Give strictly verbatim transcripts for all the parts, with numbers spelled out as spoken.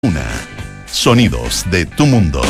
Duna. Sonidos de tu mundo.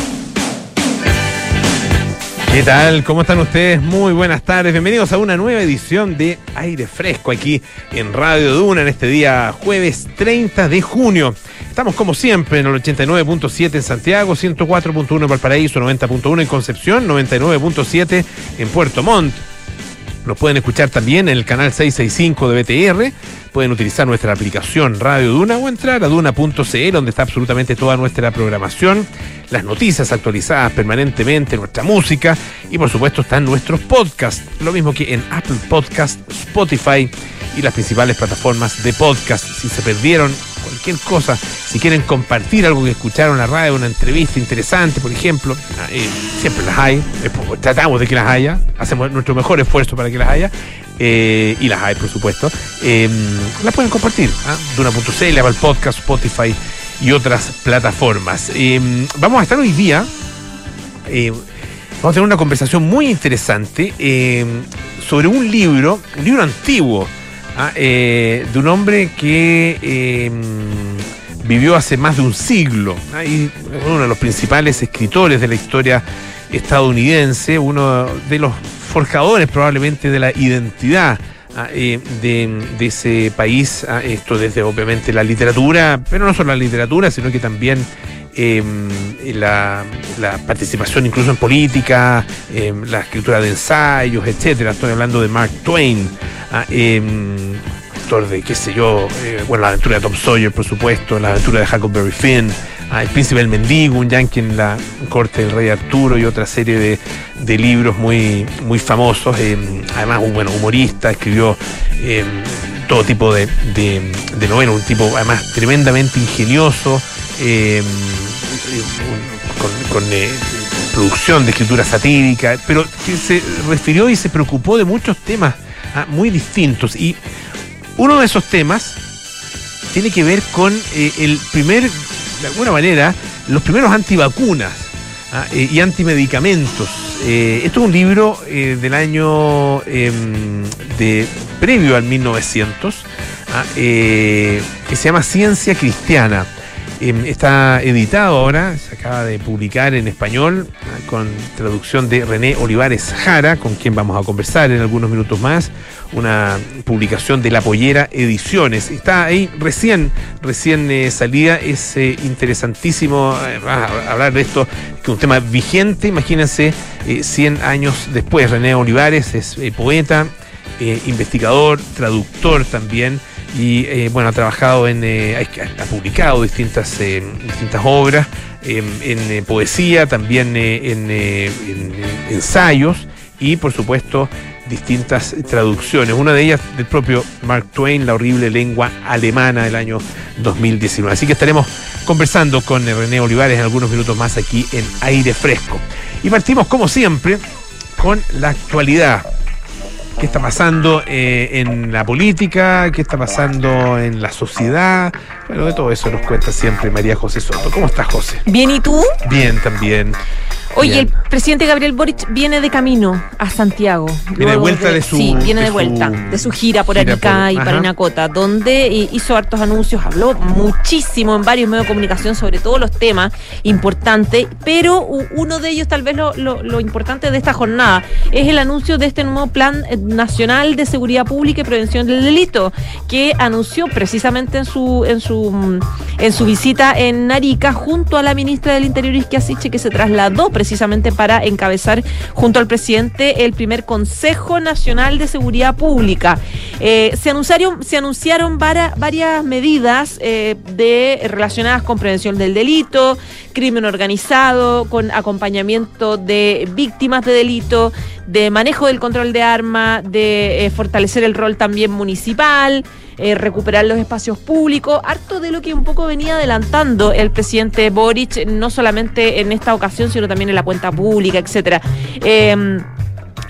¿Qué tal? ¿Cómo están ustedes? Muy buenas tardes. Bienvenidos a una nueva edición de Aire Fresco aquí en Radio Duna en este día jueves treinta de junio. Estamos como siempre en el ochenta y nueve punto siete en Santiago, ciento cuatro punto uno en Valparaíso, noventa punto uno en Concepción, noventa y nueve punto siete en Puerto Montt. Nos pueden escuchar también en el canal seiscientos sesenta y cinco de B T R. Pueden utilizar nuestra aplicación Radio Duna o entrar a duna punto c l, donde está absolutamente toda nuestra programación, las noticias actualizadas permanentemente, nuestra música y por supuesto están nuestros podcasts, lo mismo que en Apple Podcast, Spotify y las principales plataformas de podcast. Si se perdieron cualquier cosa, si quieren compartir algo que escucharon en la radio, una entrevista interesante, por ejemplo, eh, siempre las hay, eh, tratamos de que las haya, hacemos nuestro mejor esfuerzo para que las haya, eh, y las hay, por supuesto, eh, las pueden compartir, ¿eh? duna punto c l, Apple Podcast, Spotify y otras plataformas. Eh, vamos a estar hoy día, eh, vamos a tener una conversación muy interesante eh, sobre un libro, un libro antiguo, Ah, eh, de un hombre que eh, vivió hace más de un siglo, ¿ah? Y uno de los principales escritores de la historia estadounidense, uno de los forjadores probablemente de la identidad ah, eh, de, de ese país, ah, esto desde obviamente la literatura, pero no solo la literatura, sino que también Eh, la, la participación incluso en política, eh, la escritura de ensayos, etcétera. Estoy hablando de Mark Twain, ah, eh, autor de, qué sé yo, eh, bueno, la aventura de Tom Sawyer, por supuesto, la aventura de Huckleberry Finn, ah, El Príncipe del Mendigo, un yankee en la corte del rey Arturo y otra serie de, de libros muy, muy famosos. Eh, además, un bueno, humorista, escribió eh, todo tipo de, de, de novelas, un tipo además tremendamente ingenioso, Eh, con, con eh, producción de escritura satírica, pero que se refirió y se preocupó de muchos temas ah, muy distintos. Y uno de esos temas tiene que ver con eh, el primer, de alguna manera, los primeros antivacunas ah, eh, y antimedicamentos. Eh, esto es un libro eh, del año eh, de previo al mil novecientos, ah, eh, que se llama Ciencia Cristiana. Está editado ahora, se acaba de publicar en español, con traducción de René Olivares Jara, con quien vamos a conversar en algunos minutos más, una publicación de La Pollera Ediciones. Está ahí recién, recién eh, salida, es eh, interesantísimo eh, hablar de esto, que es un tema vigente, imagínense, eh, cien años después. René Olivares es eh, poeta, eh, investigador, traductor también, y eh, bueno, ha trabajado en, eh, ha publicado distintas, eh, distintas obras, eh, en eh, poesía, también eh, en, eh, en, en ensayos y por supuesto distintas traducciones. Una de ellas del propio Mark Twain, La horrible lengua alemana, del año dos mil diecinueve. Así que estaremos conversando con eh, René Olivares en algunos minutos más aquí en Aire Fresco. Y partimos como siempre con la actualidad. ¿Qué está pasando eh, en la política? ¿Qué está pasando en la sociedad? Bueno, de todo eso nos cuenta siempre María José Soto. ¿Cómo estás, José? Bien, ¿y tú? Bien, también. Oye, Bien. El presidente Gabriel Boric viene de camino a Santiago. Viene de vuelta de, de su... Sí, viene de, de vuelta, su, de su gira por gira Arica por, y ajá. Parinacota, donde eh, hizo hartos anuncios, habló muchísimo en varios medios de comunicación sobre todos los temas importantes, pero uno de ellos, tal vez lo, lo, lo importante de esta jornada, es el anuncio de este nuevo Plan Nacional de Seguridad Pública y Prevención del Delito, que anunció precisamente en su, en su, en su visita en Arica, junto a la ministra del Interior, Isquia Siche, que se trasladó precisamente para encabezar junto al presidente el primer Consejo Nacional de Seguridad Pública. Eh, se anunciaron, se anunciaron vara, varias medidas eh, de, relacionadas con prevención del delito, crimen organizado, con acompañamiento de víctimas de delito, de manejo del control de armas, de eh, fortalecer el rol también municipal, eh, recuperar los espacios públicos, harto de lo que un poco venía adelantando el presidente Boric, no solamente en esta ocasión, sino también en la cuenta pública, etcétera. Eh,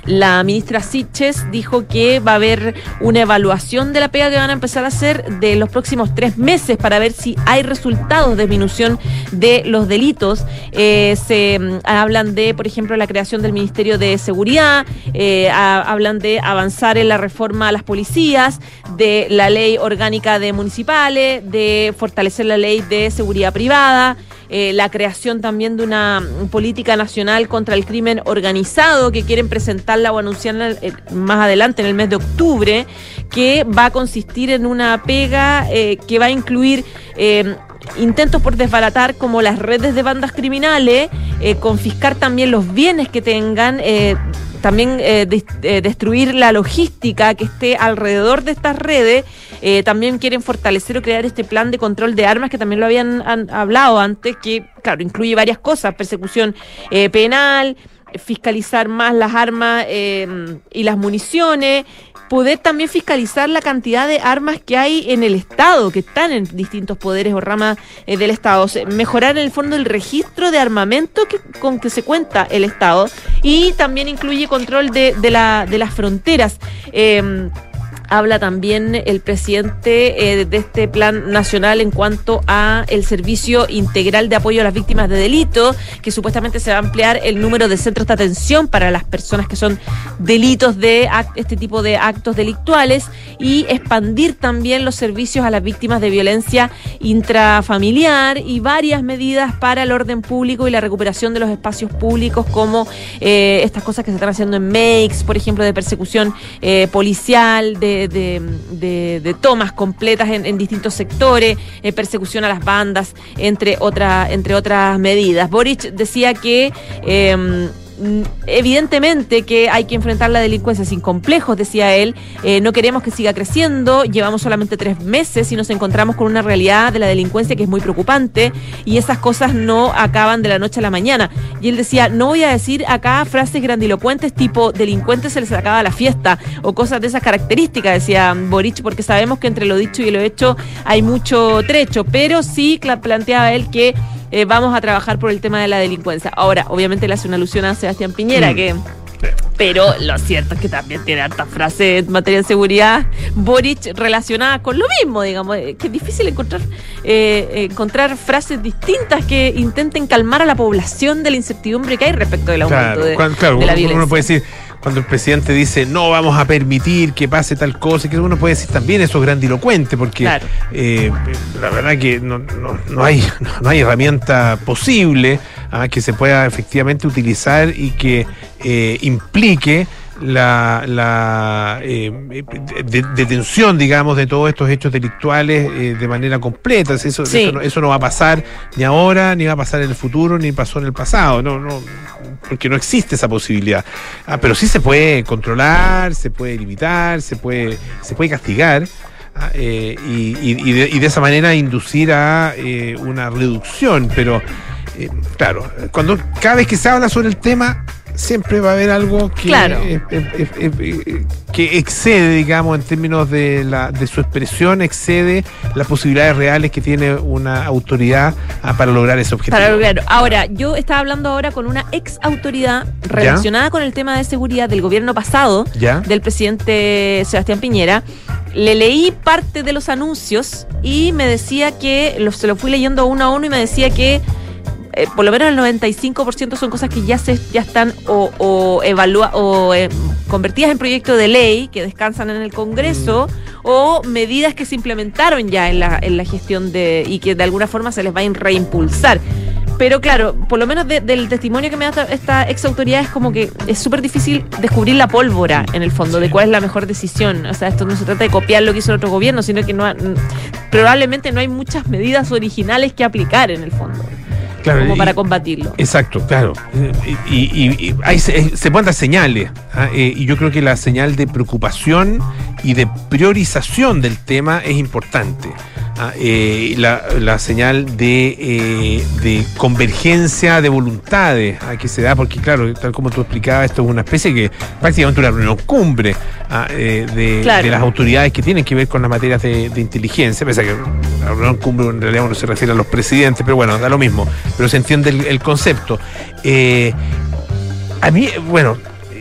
La ministra Siches dijo que va a haber una evaluación de la pega que van a empezar a hacer de los próximos tres meses para ver si hay resultados de disminución de los delitos. Eh, se um, hablan de, por ejemplo, la creación del Ministerio de Seguridad, eh, a, hablan de avanzar en la reforma a las policías, de la ley orgánica de municipales, de fortalecer la ley de seguridad privada, eh, la creación también de una política nacional contra el crimen organizado que quieren presentarla o anunciarla eh, más adelante en el mes de octubre, que va a consistir en una pega eh, que va a incluir eh, intentos por desbaratar como las redes de bandas criminales, eh, confiscar también los bienes que tengan, eh, también eh, de, eh, destruir la logística que esté alrededor de estas redes. Eh, también quieren fortalecer o crear este plan de control de armas que también lo habían han, hablado antes, que claro, incluye varias cosas: persecución eh, penal, fiscalizar más las armas eh, y las municiones, poder también fiscalizar la cantidad de armas que hay en el Estado, que están en distintos poderes o ramas eh, del Estado, o sea, mejorar en el fondo el registro de armamento que, con que se cuenta el Estado, y también incluye control de, de, la, de las fronteras. Eh, Habla también el presidente eh, de este plan nacional en cuanto a el servicio integral de apoyo a las víctimas de delito, que supuestamente se va a ampliar el número de centros de atención para las personas que son delitos de act- este tipo de actos delictuales, y expandir también los servicios a las víctimas de violencia intrafamiliar, y varias medidas para el orden público y la recuperación de los espacios públicos, como eh, estas cosas que se están haciendo en Meix, por ejemplo, de persecución eh, policial, de De, de, de tomas completas en, en distintos sectores, eh, persecución a las bandas, entre, otra, entre otras medidas. Boric decía que eh, evidentemente que hay que enfrentar la delincuencia sin complejos, decía él. Eh, no queremos que siga creciendo, llevamos solamente tres meses y nos encontramos con una realidad de la delincuencia que es muy preocupante, y esas cosas no acaban de la noche a la mañana. Y él decía, no voy a decir acá frases grandilocuentes tipo delincuentes se les acaba la fiesta o cosas de esas características, decía Boric, porque sabemos que entre lo dicho y lo hecho hay mucho trecho, pero sí planteaba él que Eh, vamos a trabajar por el tema de la delincuencia. Ahora, obviamente le hace una alusión a Sebastián Piñera, mm. que... Pero lo cierto es que también tiene hartas frases en materia de seguridad, Boric, relacionadas con lo mismo, digamos, que es difícil encontrar eh, encontrar frases distintas que intenten calmar a la población de la incertidumbre que hay respecto del aumento claro, de, cuando, claro, de la uno, violencia. Uno puede decir, cuando el presidente dice no vamos a permitir que pase tal cosa, que uno puede decir también eso es grandilocuente, porque claro. eh, la verdad que no, no, no, hay, no, no hay herramienta posible ah, que se pueda efectivamente utilizar y que eh, implique la, la eh, de, detención, digamos, de todos estos hechos delictuales eh, de manera completa. Eso, sí. eso, no, eso no va a pasar ni ahora, ni va a pasar en el futuro, ni pasó en el pasado, no, no, porque no existe esa posibilidad. Ah, pero sí se puede controlar, se puede limitar, se puede, se puede castigar. Ah, eh, y, y, y, de, y de esa manera inducir a eh, una reducción, pero eh, claro, cuando cada vez que se habla sobre el tema siempre va a haber algo que, claro. eh, eh, eh, eh, que excede, digamos, en términos de, la, de su expresión, excede las posibilidades reales que tiene una autoridad ah, para lograr ese objetivo. Para lograr. Ahora, yo estaba hablando ahora con una ex autoridad relacionada ¿Ya? con el tema de seguridad del gobierno pasado, ¿Ya? del presidente Sebastián Piñera. Le leí parte de los anuncios y me decía que, lo, se lo fui leyendo uno a uno y me decía que Eh, por lo menos el noventa y cinco por ciento son cosas que ya se ya están o, o, evalua, o eh, convertidas en proyecto de ley que descansan en el Congreso, mm. o medidas que se implementaron ya en la, en la gestión de y que de alguna forma se les va a reimpulsar. Pero claro, por lo menos de, del testimonio que me da esta, esta ex autoridad es como que es súper difícil descubrir la pólvora en el fondo, sí. de cuál es la mejor decisión. O sea, esto no se trata de copiar lo que hizo el otro gobierno, sino que no ha, probablemente no hay muchas medidas originales que aplicar en el fondo. Claro, como y, para combatirlo. Exacto, claro. Y, y, y hay, se, se pueden dar señales, ¿eh? Eh, y yo creo que la señal de preocupación y de priorización del tema es importante. ¿eh? Eh, la, la señal de, eh, de convergencia de voluntades ¿eh? que se da, porque claro, tal como tú explicabas, esto es una especie que prácticamente una reunión cumbre ¿eh? de, claro. de las autoridades que tienen que ver con las materias de, de inteligencia, pese a que la reunión cumbre en realidad uno se refiere a los presidentes, pero bueno, da lo mismo, pero se entiende el, el concepto. Eh, a mí, bueno,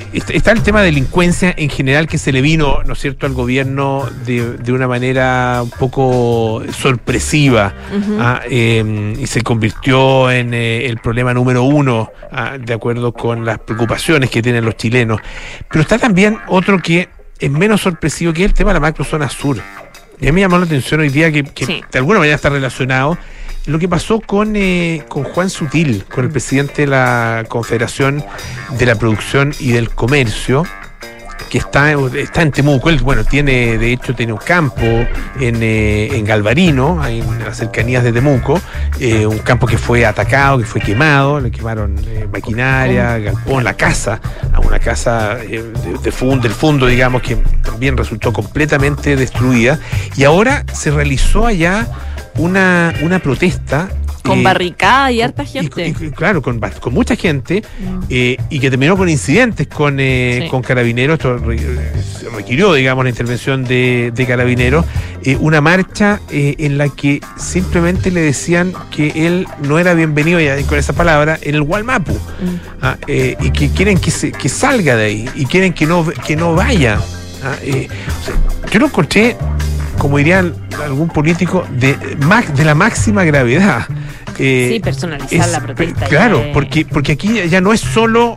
está el tema de delincuencia en general que se le vino, ¿no es cierto?, al gobierno de, de una manera un poco sorpresiva. Uh-huh. ah, eh, y se convirtió en eh, el problema número uno, ah, de acuerdo con las preocupaciones que tienen los chilenos. Pero está también otro que es menos sorpresivo, que es el tema de la macrozona sur. Y a mí me llamó la atención hoy día que, que sí. de alguna manera está relacionado lo que pasó con, eh, con Juan Sutil, con el presidente de la Confederación de la Producción y del Comercio, que está, está en Temuco. Él, bueno, tiene, de hecho, tiene un campo en, eh, en Galvarino, ahí en las cercanías de Temuco, eh, un campo que fue atacado, que fue quemado, le quemaron eh, maquinaria, galpón, la casa, a una casa eh, de, de fund, del fondo, digamos, que también resultó completamente destruida, y ahora se realizó allá una, una protesta con eh, barricada y harta y, gente. Y, y, claro, con, con mucha gente, mm. eh, y que terminó con incidentes con, eh, sí. con carabineros. Esto re, requirió, digamos, la intervención de, de carabineros. Eh, una marcha eh, en la que simplemente le decían que él no era bienvenido, ya con esa palabra, en el Gualmapu. Mm. Ah, eh, y que quieren que, se, que salga de ahí, y quieren que no, que no vaya. Ah, eh, o sea, yo lo encontré, como diría algún político, de, de la máxima gravedad. Eh, sí, personalizar es, la protesta. Claro, de... porque, porque aquí ya no es solo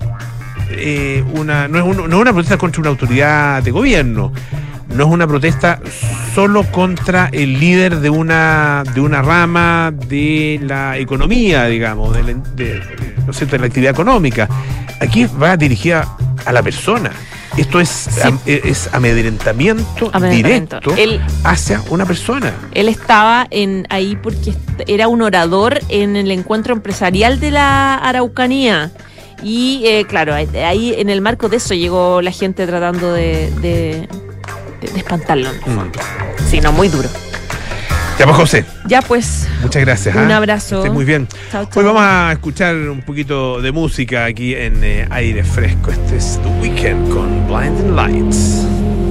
eh, una, no es, un, no es una protesta contra una autoridad de gobierno, no es una protesta solo contra el líder de una, de una rama de la economía, digamos, de la, de, de, ¿no es cierto?, de la actividad económica. Aquí va dirigida a la persona. Esto es, sí. am, es amedrentamiento, amedrentamiento directo él, hacia una persona. Él estaba en ahí porque era un orador en el encuentro empresarial de la Araucanía. Y eh, claro, ahí en el marco de eso llegó la gente tratando de, de, de, de espantarlo. Mm. Sí, no, muy duro. Ya pues, José. Ya pues. Muchas gracias. Un ¿eh? abrazo. Estés muy bien. Chao, chao. Hoy vamos a escuchar un poquito de música aquí en eh, Aire Fresco. Este es The Weeknd con Blinding Lights.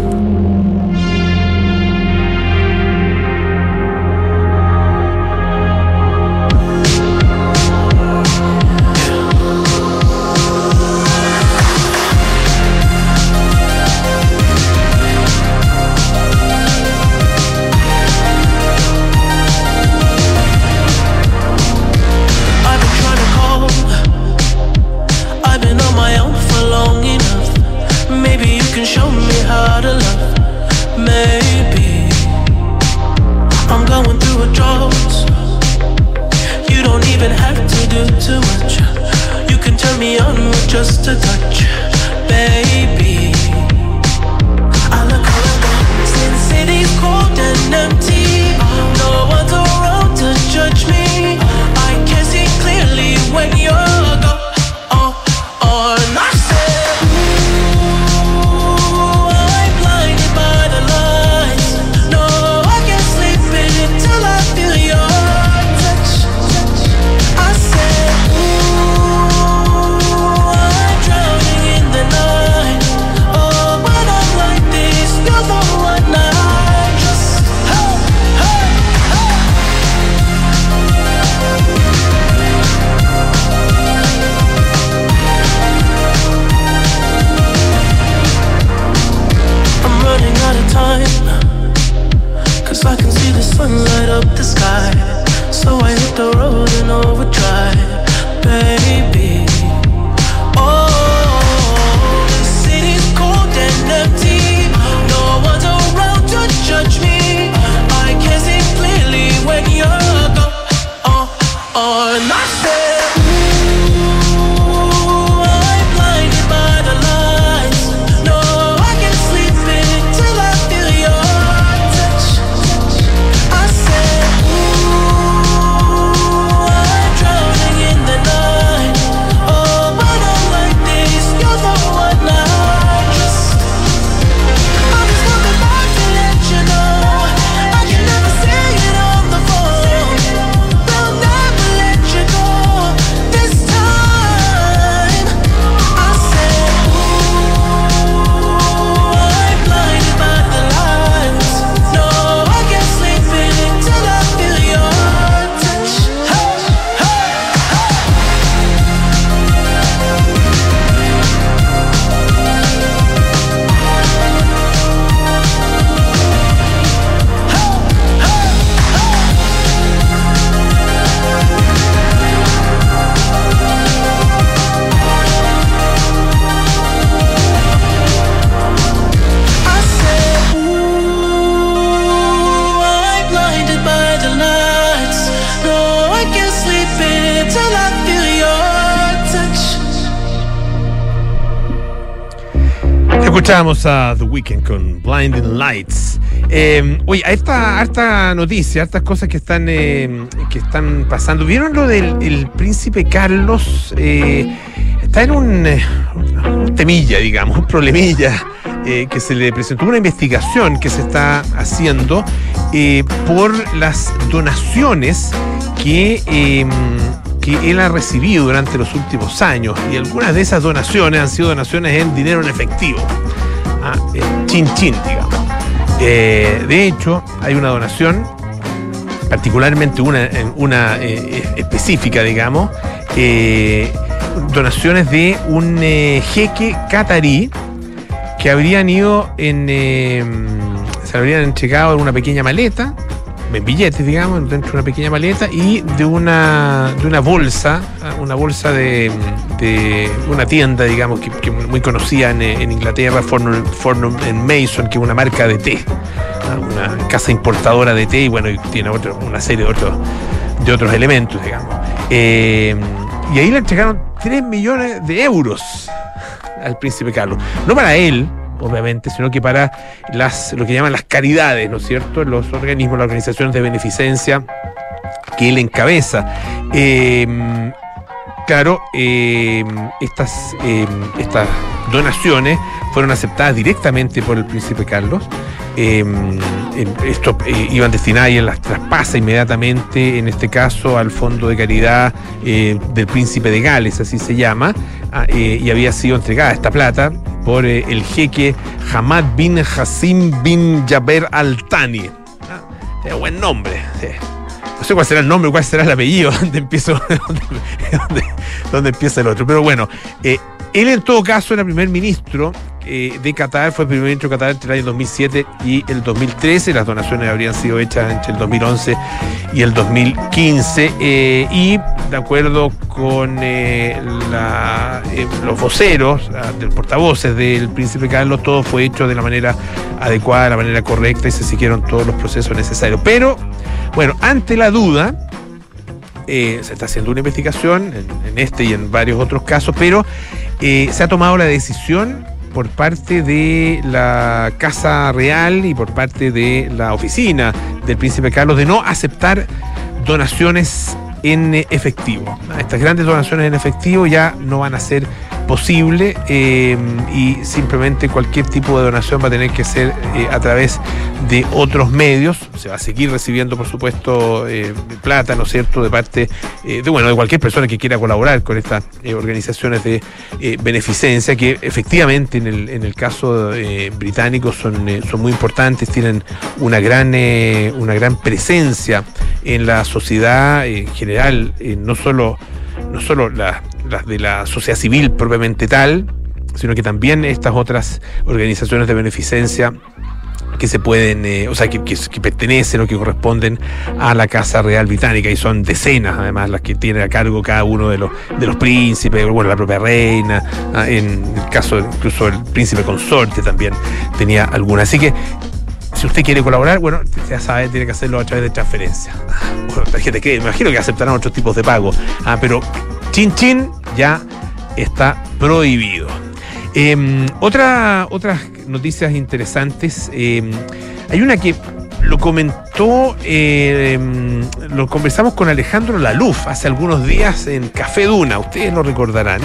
Just a touch, baby. I look around, since city's cold and empty, no one's around to judge me. I can see clearly when you're gone. Oh, oh, and I said, ooh, I'm blinded by the lights. No, I can't sleep until I feel your touch. I said, ooh. Cause I can see the sun light up the sky. So I hit the road in overdrive, baby. Oh, the city's cold and empty. No one's around to judge me. I can see clearly when you're gone. Oh, oh, and I said, go. Escuchamos a The Weeknd con Blinding Lights. Eh, oye, a esta, a esta noticia, a estas cosas que están, eh, que están pasando. ¿Vieron lo del el príncipe Carlos? Eh, está en un, eh, un temilla, digamos, un problemilla. Eh, que se le presentó una investigación que se está haciendo eh, por las donaciones que, eh, que él ha recibido durante los últimos años, y algunas de esas donaciones han sido donaciones en dinero en efectivo, ah, eh, chin chin, digamos. Eh, de hecho, hay una donación, particularmente una, una eh, específica, digamos, eh, donaciones de un eh, jeque catarí que habrían ido en, eh, se habrían entregado en una pequeña maleta, en billetes, digamos, dentro de una pequeña maleta, y de una, de una bolsa, una bolsa de, de una tienda, digamos, que, que muy conocida en, en Inglaterra, Fornum, Fornum and Mason, que es una marca de té, una casa importadora de té, y bueno, y tiene otro, una serie de otros, de otros elementos, digamos. Eh, y ahí le entregaron tres millones de euros al príncipe Carlos. No para él, obviamente, sino que para las, lo que llaman las caridades, ¿no es cierto? Los organismos, las organizaciones de beneficencia que él encabeza. Eh, claro, eh, estas, eh, estas donaciones fueron aceptadas directamente por el príncipe Carlos. Eh, esto eh, iban destinadas y él las traspasa inmediatamente, en este caso al Fondo de Caridad eh, del Príncipe de Gales, así se llama, ah, eh, y había sido entregada esta plata por eh, el jeque Hamad bin Hassim bin Jaber Al Thani. Ah, es buen nombre. Sí. No sé cuál será el nombre, cuál será el apellido, dónde empieza, dónde, dónde, dónde empieza el otro. Pero bueno, eh, él en todo caso era primer ministro eh, de Qatar, fue el primer ministro de Qatar entre el año dos mil siete y el dos mil trece. Las donaciones habrían sido hechas entre el dos mil once y el dos mil quince. Eh, y de acuerdo con eh, la, eh, los voceros, uh, los portavoces del príncipe Carlos, todo fue hecho de la manera adecuada, de la manera correcta, y se siguieron todos los procesos necesarios. Pero, bueno, ante la duda, eh, se está haciendo una investigación en, en este y en varios otros casos, pero eh, se ha tomado la decisión por parte de la Casa Real y por parte de la oficina del príncipe Carlos de no aceptar donaciones en efectivo. Estas grandes donaciones en efectivo ya no van a ser posible, eh, y simplemente cualquier tipo de donación va a tener que ser eh, a través de otros medios. Se va a seguir recibiendo, por supuesto, eh, plata, ¿no es cierto?, de parte eh, de, bueno, de cualquier persona que quiera colaborar con estas eh, organizaciones de eh, beneficencia, que efectivamente en el, en el caso eh, británico son, eh, son muy importantes, tienen una gran, eh, una gran presencia en la sociedad eh, en general, eh, no solo, no solo la las de la sociedad civil propiamente tal, sino que también estas otras organizaciones de beneficencia que se pueden, eh, o sea, que, que, que pertenecen o que corresponden a la Casa Real Británica, y son decenas además las que tiene a cargo cada uno de los de los príncipes, bueno, la propia reina, ah, en el caso incluso el príncipe consorte también tenía alguna. Así que si usted quiere colaborar, bueno, ya sabe, tiene que hacerlo a través de transferencia. Bueno, tarjeta de crédito, me imagino que aceptarán otros tipos de pago, ah, pero chin chin ya está prohibido. Eh, otra, otras noticias interesantes. Eh, hay una que lo comentó, eh, lo conversamos con Alejandro Laluf hace algunos días en Café Duna, ustedes lo recordarán.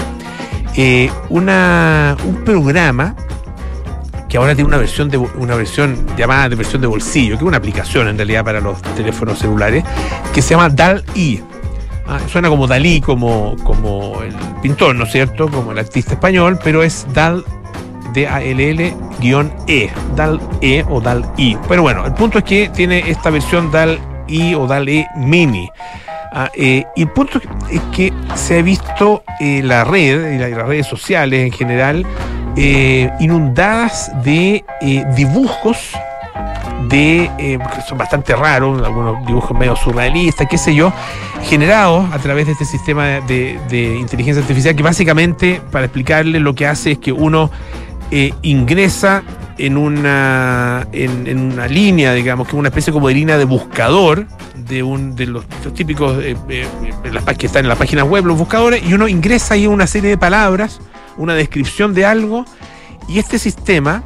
Eh, una, un programa que ahora tiene una versión de una versión llamada de versión de bolsillo, que es una aplicación en realidad para los teléfonos celulares, que se llama DALL-E. Ah, suena como Dalí, como, como el pintor, ¿no es cierto?, como el artista español, pero es Dal, D A L L E, DALL-E o DALL-E. Pero bueno, el punto es que tiene esta versión DALL-E o DALL-E Mini. Ah, eh, y el punto es que se ha visto eh, la red y la, las redes sociales en general eh, inundadas de eh, dibujos de eh, que son bastante raros, algunos dibujos medio surrealistas, qué sé yo, generados a través de este sistema de, de inteligencia artificial, que básicamente, para explicarle, lo que hace es que uno eh, ingresa en una en, en una línea, digamos, que es una especie como de línea de buscador de un de los, los típicos eh, eh, las, que están en las páginas web, los buscadores, y uno ingresa ahí una serie de palabras, una descripción de algo, y este sistema,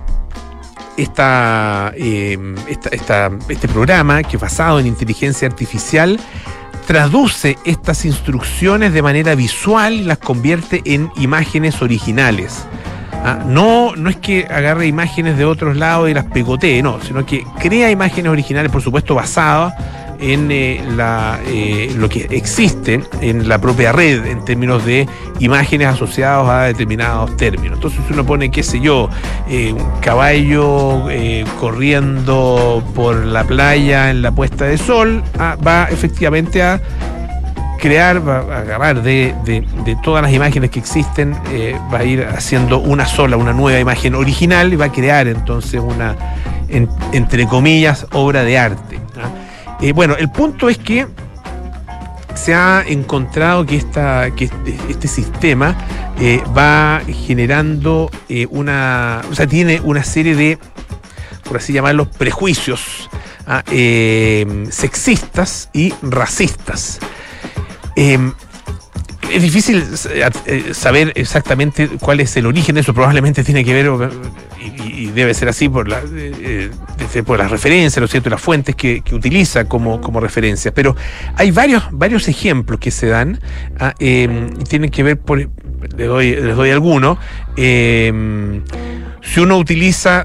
esta, eh, esta, esta, este programa, que es basado en inteligencia artificial, traduce estas instrucciones de manera visual y las convierte en imágenes originales. Ah, no, no es que agarre imágenes de otros lados y las pegotee, no, sino que crea imágenes originales, por supuesto basadas en eh, la, eh, lo que existe en la propia red en términos de imágenes asociadas a determinados términos. Entonces uno pone, qué sé yo, eh, un caballo eh, corriendo por la playa en la puesta de sol, ah, va efectivamente a crear, va a agarrar de, de, de todas las imágenes que existen, eh, va a ir haciendo una sola, una nueva imagen original y va a crear entonces una, en, entre comillas, obra de arte. ¿Ah? Eh, bueno, el punto es que se ha encontrado que, esta, que este, este sistema eh, va generando eh, una, o sea, tiene una serie de, por así llamarlos, prejuicios ¿ah? eh, sexistas y racistas. Eh, es difícil eh, saber exactamente cuál es el origen de eso. Probablemente tiene que ver, y, y debe ser así, por, la, eh, por las referencias, ¿no es cierto?, las fuentes que, que utiliza como, como referencia. Pero hay varios, varios ejemplos que se dan ah, eh, y tienen que ver, por, les doy, les doy algunos. Eh, si uno utiliza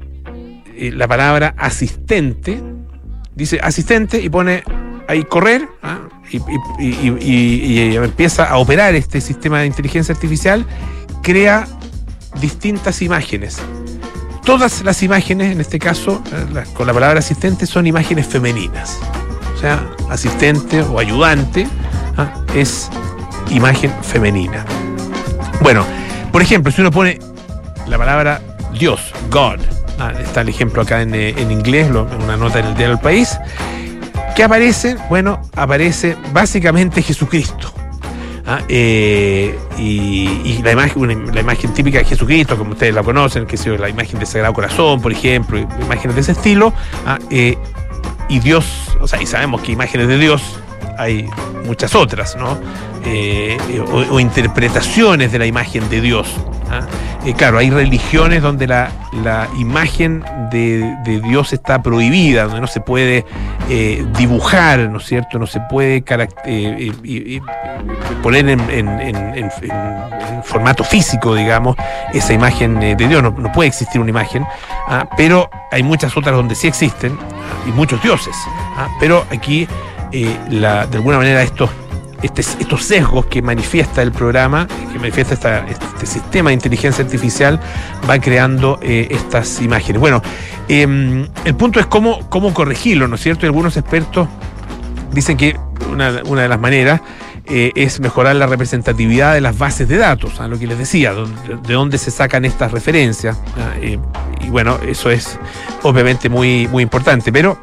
eh, la palabra asistente, dice asistente y pone ahí correr, ¿ah? Y, y, y, y, y empieza a operar este sistema de inteligencia artificial, crea distintas imágenes. Todas las imágenes, en este caso, eh, con la palabra asistente, son imágenes femeninas. O sea, asistente o ayudante ¿ah? es imagen femenina. Bueno, por ejemplo, si uno pone la palabra Dios, God, ¿ah? está el ejemplo acá en, en inglés, lo, una nota en el diario El País. ¿Qué aparece? Bueno, aparece básicamente Jesucristo. ¿Ah? Eh, y, y la imagen, la imagen típica de Jesucristo, como ustedes la conocen, que es la imagen del Sagrado Corazón, por ejemplo, imágenes de ese estilo. ¿Ah? Eh, y Dios, o sea, y sabemos que imágenes de Dios hay muchas otras, ¿no? Eh, o, o interpretaciones de la imagen de Dios. ¿Ah? Eh, claro, hay religiones donde la, la imagen de, de Dios está prohibida, donde no se puede eh, dibujar, ¿no es cierto? No se puede eh, eh, poner en, en, en, en, en formato físico, digamos, esa imagen de Dios. No, no puede existir una imagen, ¿ah? Pero hay muchas otras donde sí existen, ¿ah? Y muchos dioses. ¿Ah? Pero aquí, eh, la, de alguna manera, estos Este, estos sesgos que manifiesta el programa, que manifiesta esta, este sistema de inteligencia artificial, va creando eh, estas imágenes. Bueno, eh, el punto es cómo, cómo corregirlo, ¿no es cierto? Y algunos expertos dicen que una, una de las maneras eh, es mejorar la representatividad de las bases de datos, a lo que les decía, de, de dónde se sacan estas referencias. Eh, y bueno, eso es obviamente muy, muy importante, pero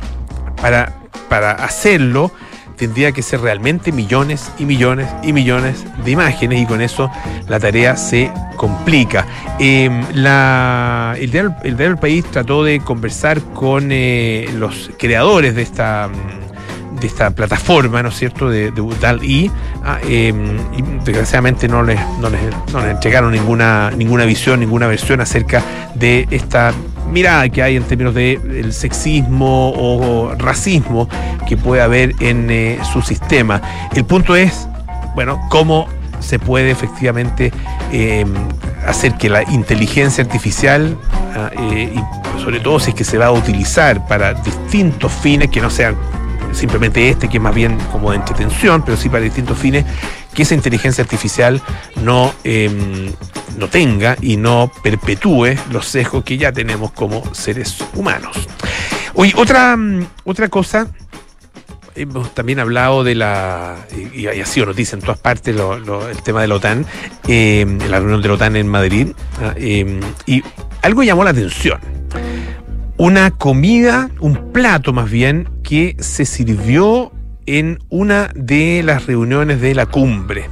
para, para hacerlo tendría que ser realmente millones y millones y millones de imágenes, y con eso la tarea se complica. Eh, la, el, diario, el diario El País trató de conversar con eh, los creadores de esta de esta plataforma, ¿no es cierto?, de, de DALL-E, ah, eh, y desgraciadamente no les, no les, no les entregaron ninguna, ninguna visión, ninguna versión acerca de esta mirada que hay en términos de el sexismo o racismo que puede haber en eh, su sistema. El punto es, bueno, cómo se puede efectivamente eh, hacer que la inteligencia artificial, eh, y sobre todo si es que se va a utilizar para distintos fines, que no sean simplemente este, que es más bien como de entretención, pero sí para distintos fines, que esa inteligencia artificial no, eh, no tenga y no perpetúe los sesgos que ya tenemos como seres humanos. Oye, otra, otra cosa, hemos también hablado de la, y ha sido noticia en todas partes, lo, lo, el tema de la OTAN, eh, la reunión de la OTAN en Madrid, eh, y algo llamó la atención. Una comida, un plato más bien, que se sirvió en una de las reuniones de la cumbre.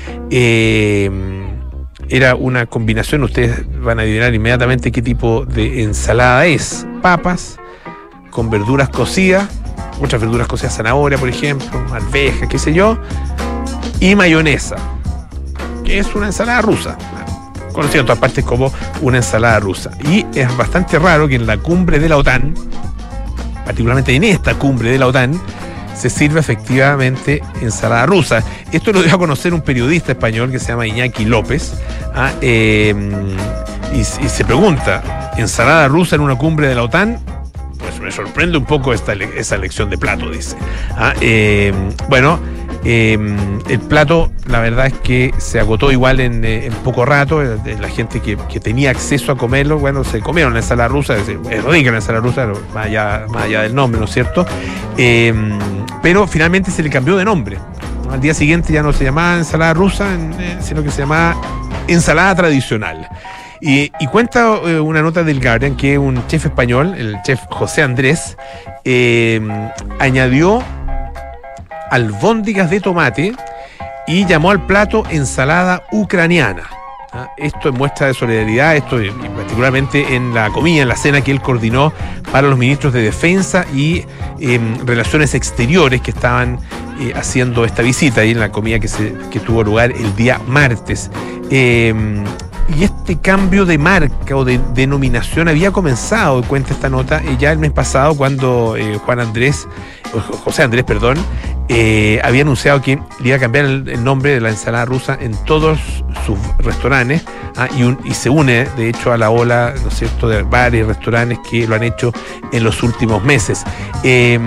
Eh, era una combinación, ustedes van a adivinar inmediatamente qué tipo de ensalada es. Papas con verduras cocidas, muchas verduras cocidas, zanahoria, por ejemplo, arveja, qué sé yo, y mayonesa, que es una ensalada rusa, conocido en todas partes como una ensalada rusa. Y es bastante raro que en la cumbre de la OTAN, particularmente en esta cumbre de la OTAN, se sirve efectivamente ensalada rusa. Esto lo dio a conocer un periodista español que se llama Iñaki López, ¿ah? eh, y, y se pregunta, ¿ensalada rusa en una cumbre de la OTAN? Pues me sorprende un poco esta, esa elección de plato, dice. ¿Ah? Eh, bueno, eh, el plato, la verdad es que se agotó igual en, en poco rato. La gente que, que tenía acceso a comerlo, bueno, se comieron la ensalada rusa. Es, es rica la ensalada rusa, más allá, más allá del nombre, ¿no es cierto? Eh, pero finalmente se le cambió de nombre. Al día siguiente ya no se llamaba ensalada rusa, sino que se llamaba ensalada tradicional. Y, y cuenta eh, una nota del Guardian que un chef español, el chef José Andrés, eh, añadió albóndigas de tomate y llamó al plato ensalada ucraniana. ¿Ah? Esto es muestra de solidaridad, esto y particularmente en la comida, en la cena que él coordinó para los ministros de Defensa y eh, Relaciones Exteriores que estaban eh, haciendo esta visita y en la comida que, se, que tuvo lugar el día martes. Eh, Y este cambio de marca o de denominación había comenzado, cuenta esta nota, eh, ya el mes pasado cuando eh, Juan Andrés, José Andrés, perdón, eh, había anunciado que le iba a cambiar el, el nombre de la ensalada rusa en todos sus restaurantes, ah, y, un, y se une, de hecho, a la ola, ¿no es cierto?, de bares y restaurantes que lo han hecho en los últimos meses. Eh,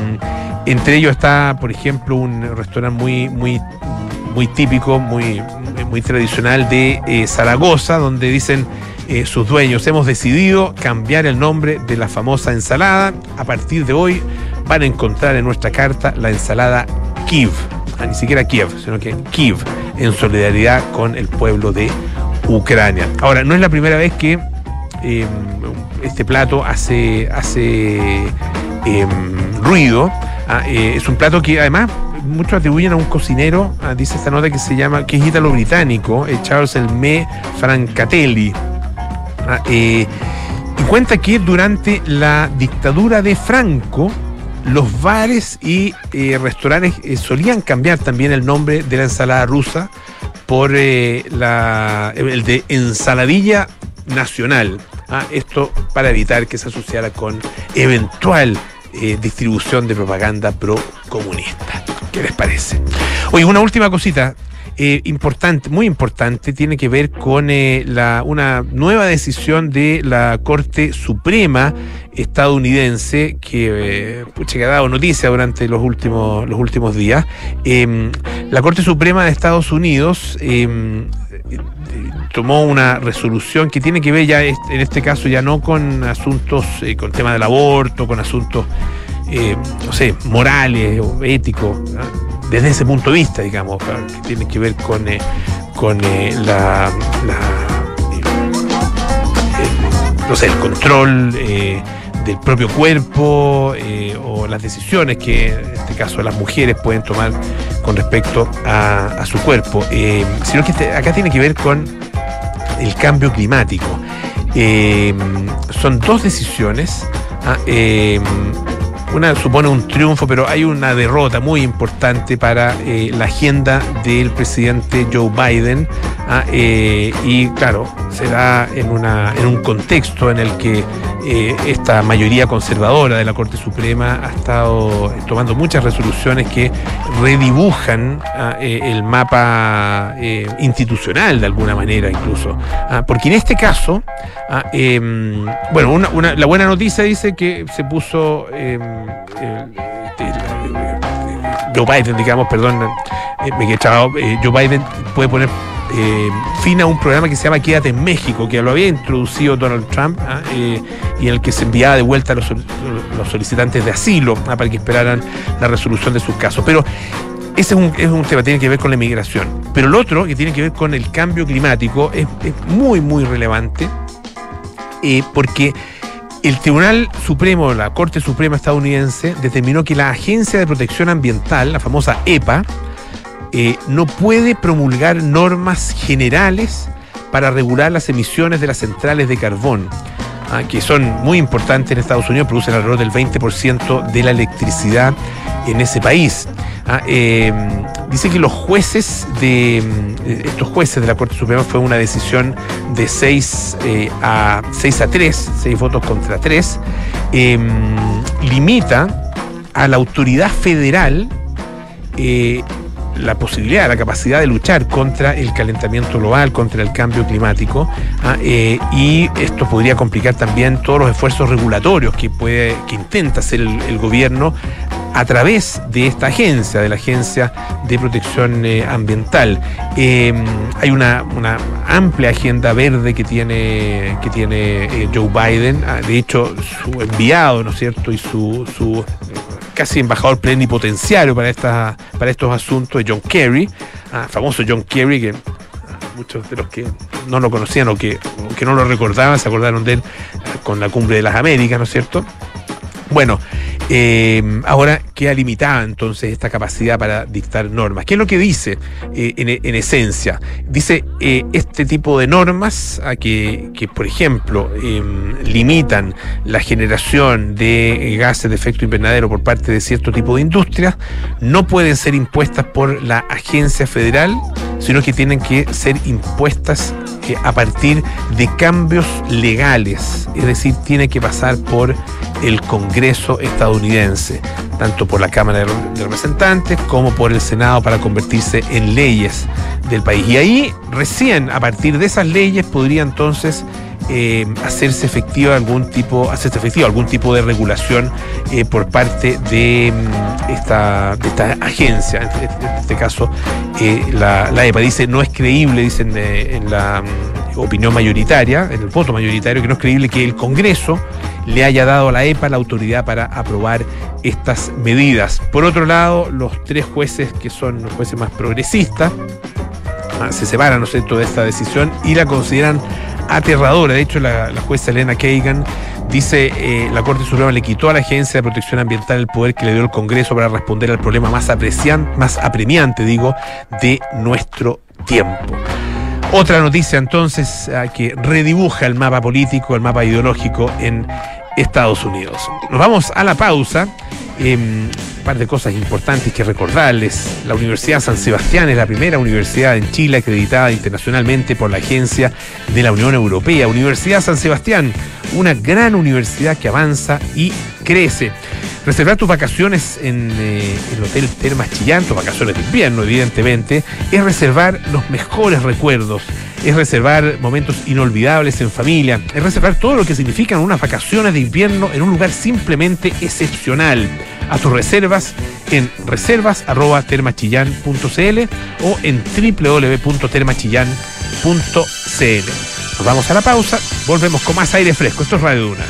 entre ellos está, por ejemplo, un restaurante muy, muy muy típico, muy, muy tradicional de eh, Zaragoza, donde dicen eh, sus dueños, hemos decidido cambiar el nombre de la famosa ensalada. A partir de hoy van a encontrar en nuestra carta la ensalada Kiev, ah, ni siquiera Kiev, sino que Kiev, en solidaridad con el pueblo de Ucrania. Ahora, no es la primera vez que eh, este plato hace, hace eh, ruido. Ah, eh, es un plato que además muchos atribuyen a un cocinero, ah, dice esta nota, que se llama, que es ítalo-británico, eh, Charles Elmé Francatelli. Ah, eh, y cuenta que durante la dictadura de Franco, los bares y eh, restaurantes eh, solían cambiar también el nombre de la ensalada rusa por eh, la, el de ensaladilla nacional. Ah, esto para evitar que se asociara con eventual eh, distribución de propaganda pro-comunista. ¿Qué les parece? Oye, una última cosita eh, importante, muy importante, tiene que ver con eh, la, una nueva decisión de la Corte Suprema estadounidense que, eh, pucha, que ha dado noticia durante los últimos, los últimos días. Eh, la Corte Suprema de Estados Unidos eh, tomó una resolución que tiene que ver ya, en este caso, ya no con asuntos, eh, con tema del aborto, con asuntos Eh, no sé, morales o éticos, ¿no?, desde ese punto de vista, digamos, que tiene que ver con, eh, con eh, la, la eh, eh, no sé, el control eh, del propio cuerpo eh, o las decisiones que en este caso las mujeres pueden tomar con respecto a, a su cuerpo, eh, sino que este, acá tiene que ver con el cambio climático. Eh, son dos decisiones. Ah, eh, Una supone un triunfo, pero hay una derrota muy importante para eh, la agenda del presidente Joe Biden. Ah, eh, y claro, se da en, una, en un contexto en el que eh, esta mayoría conservadora de la Corte Suprema ha estado tomando muchas resoluciones que redibujan ah, eh, el mapa eh, institucional de alguna manera incluso. Ah, porque en este caso, ah, eh, bueno, una, una, la buena noticia dice que se puso... Eh, Eh, eh, Joe Biden, digamos, perdón, eh, me he echado, eh, Joe Biden puede poner eh, fin a un programa que se llama Quédate en México, que lo había introducido Donald Trump, ¿ah? eh, y en el que se enviaba de vuelta a los, los solicitantes de asilo, ¿ah?, para que esperaran la resolución de sus casos. Pero ese es un, es un tema, tiene que ver con la inmigración. Pero el otro, que tiene que ver con el cambio climático, es, es muy, muy relevante, eh, porque el Tribunal Supremo, la Corte Suprema estadounidense, determinó que la Agencia de Protección Ambiental, la famosa E P A, eh, no puede promulgar normas generales para regular las emisiones de las centrales de carbón, ah, que son muy importantes en Estados Unidos, producen alrededor del veinte por ciento de la electricidad en ese país. Ah, eh, dice que los jueces de estos jueces de la Corte Suprema fue una decisión de seis a tres, seis votos contra tres, eh, limita a la autoridad federal eh, la posibilidad, la capacidad de luchar contra el calentamiento global, contra el cambio climático, ¿ah? eh, y esto podría complicar también todos los esfuerzos regulatorios que puede, que intenta hacer el, el gobierno a través de esta agencia, de la Agencia de Protección eh, Ambiental. Eh, hay una, una amplia agenda verde que tiene, que tiene eh, Joe Biden. De hecho, su enviado, ¿no es cierto?, y su, su casi embajador plenipotenciario para, esta, para estos asuntos es John Kerry, ah, famoso John Kerry, que muchos de los que no lo conocían o que, o que no lo recordaban se acordaron de él con la Cumbre de las Américas, ¿no es cierto? Bueno, eh, ahora queda limitada entonces esta capacidad para dictar normas. ¿Qué es lo que dice eh, en, en esencia? Dice eh, este tipo de normas a que, que, por ejemplo, eh, limitan la generación de gases de efecto invernadero por parte de cierto tipo de industrias, no pueden ser impuestas por la agencia federal, sino que tienen que ser impuestas eh, a partir de cambios legales, es decir, tiene que pasar por el Congreso estadounidense, tanto por la Cámara de Representantes como por el Senado, para convertirse en leyes del país. Y ahí recién, a partir de esas leyes, podría entonces eh, hacerse efectiva algún tipo, hacerse efectiva algún tipo de regulación eh, por parte de esta, de esta agencia. En este, en este caso, eh, la, la EPA dice, no es creíble, dicen eh, en la um, opinión mayoritaria, en el voto mayoritario, que no es creíble que el Congreso le haya dado a la EPA la autoridad para aprobar estas medidas. Por otro lado, los tres jueces que son los jueces más progresistas se separan, ¿no es cierto?, de esta decisión y la consideran aterradora. De hecho, la, la jueza Elena Kagan dice eh, la Corte Suprema le quitó a la Agencia de Protección Ambiental el poder que le dio el Congreso para responder al problema más aprecian, más apremiante, digo, de nuestro tiempo. Otra noticia entonces eh, que redibuja el mapa político, el mapa ideológico en Estados Unidos. Nos vamos a la pausa. Eh, un par de cosas importantes que recordarles. La Universidad San Sebastián es la primera universidad en Chile acreditada internacionalmente por la Agencia de la Unión Europea. Universidad San Sebastián, una gran universidad que avanza y crece. Reservar tus vacaciones en eh, el Hotel Termas Chillán, tus vacaciones de invierno, evidentemente, es reservar los mejores recuerdos, es reservar momentos inolvidables en familia, es reservar todo lo que significan unas vacaciones de invierno en un lugar simplemente excepcional. A tus reservas en reservas arroba termachillán punto cl o en doble u doble u doble u punto termachillán punto cl. Nos vamos a la pausa, volvemos con más aire fresco. Esto es Radio Duna.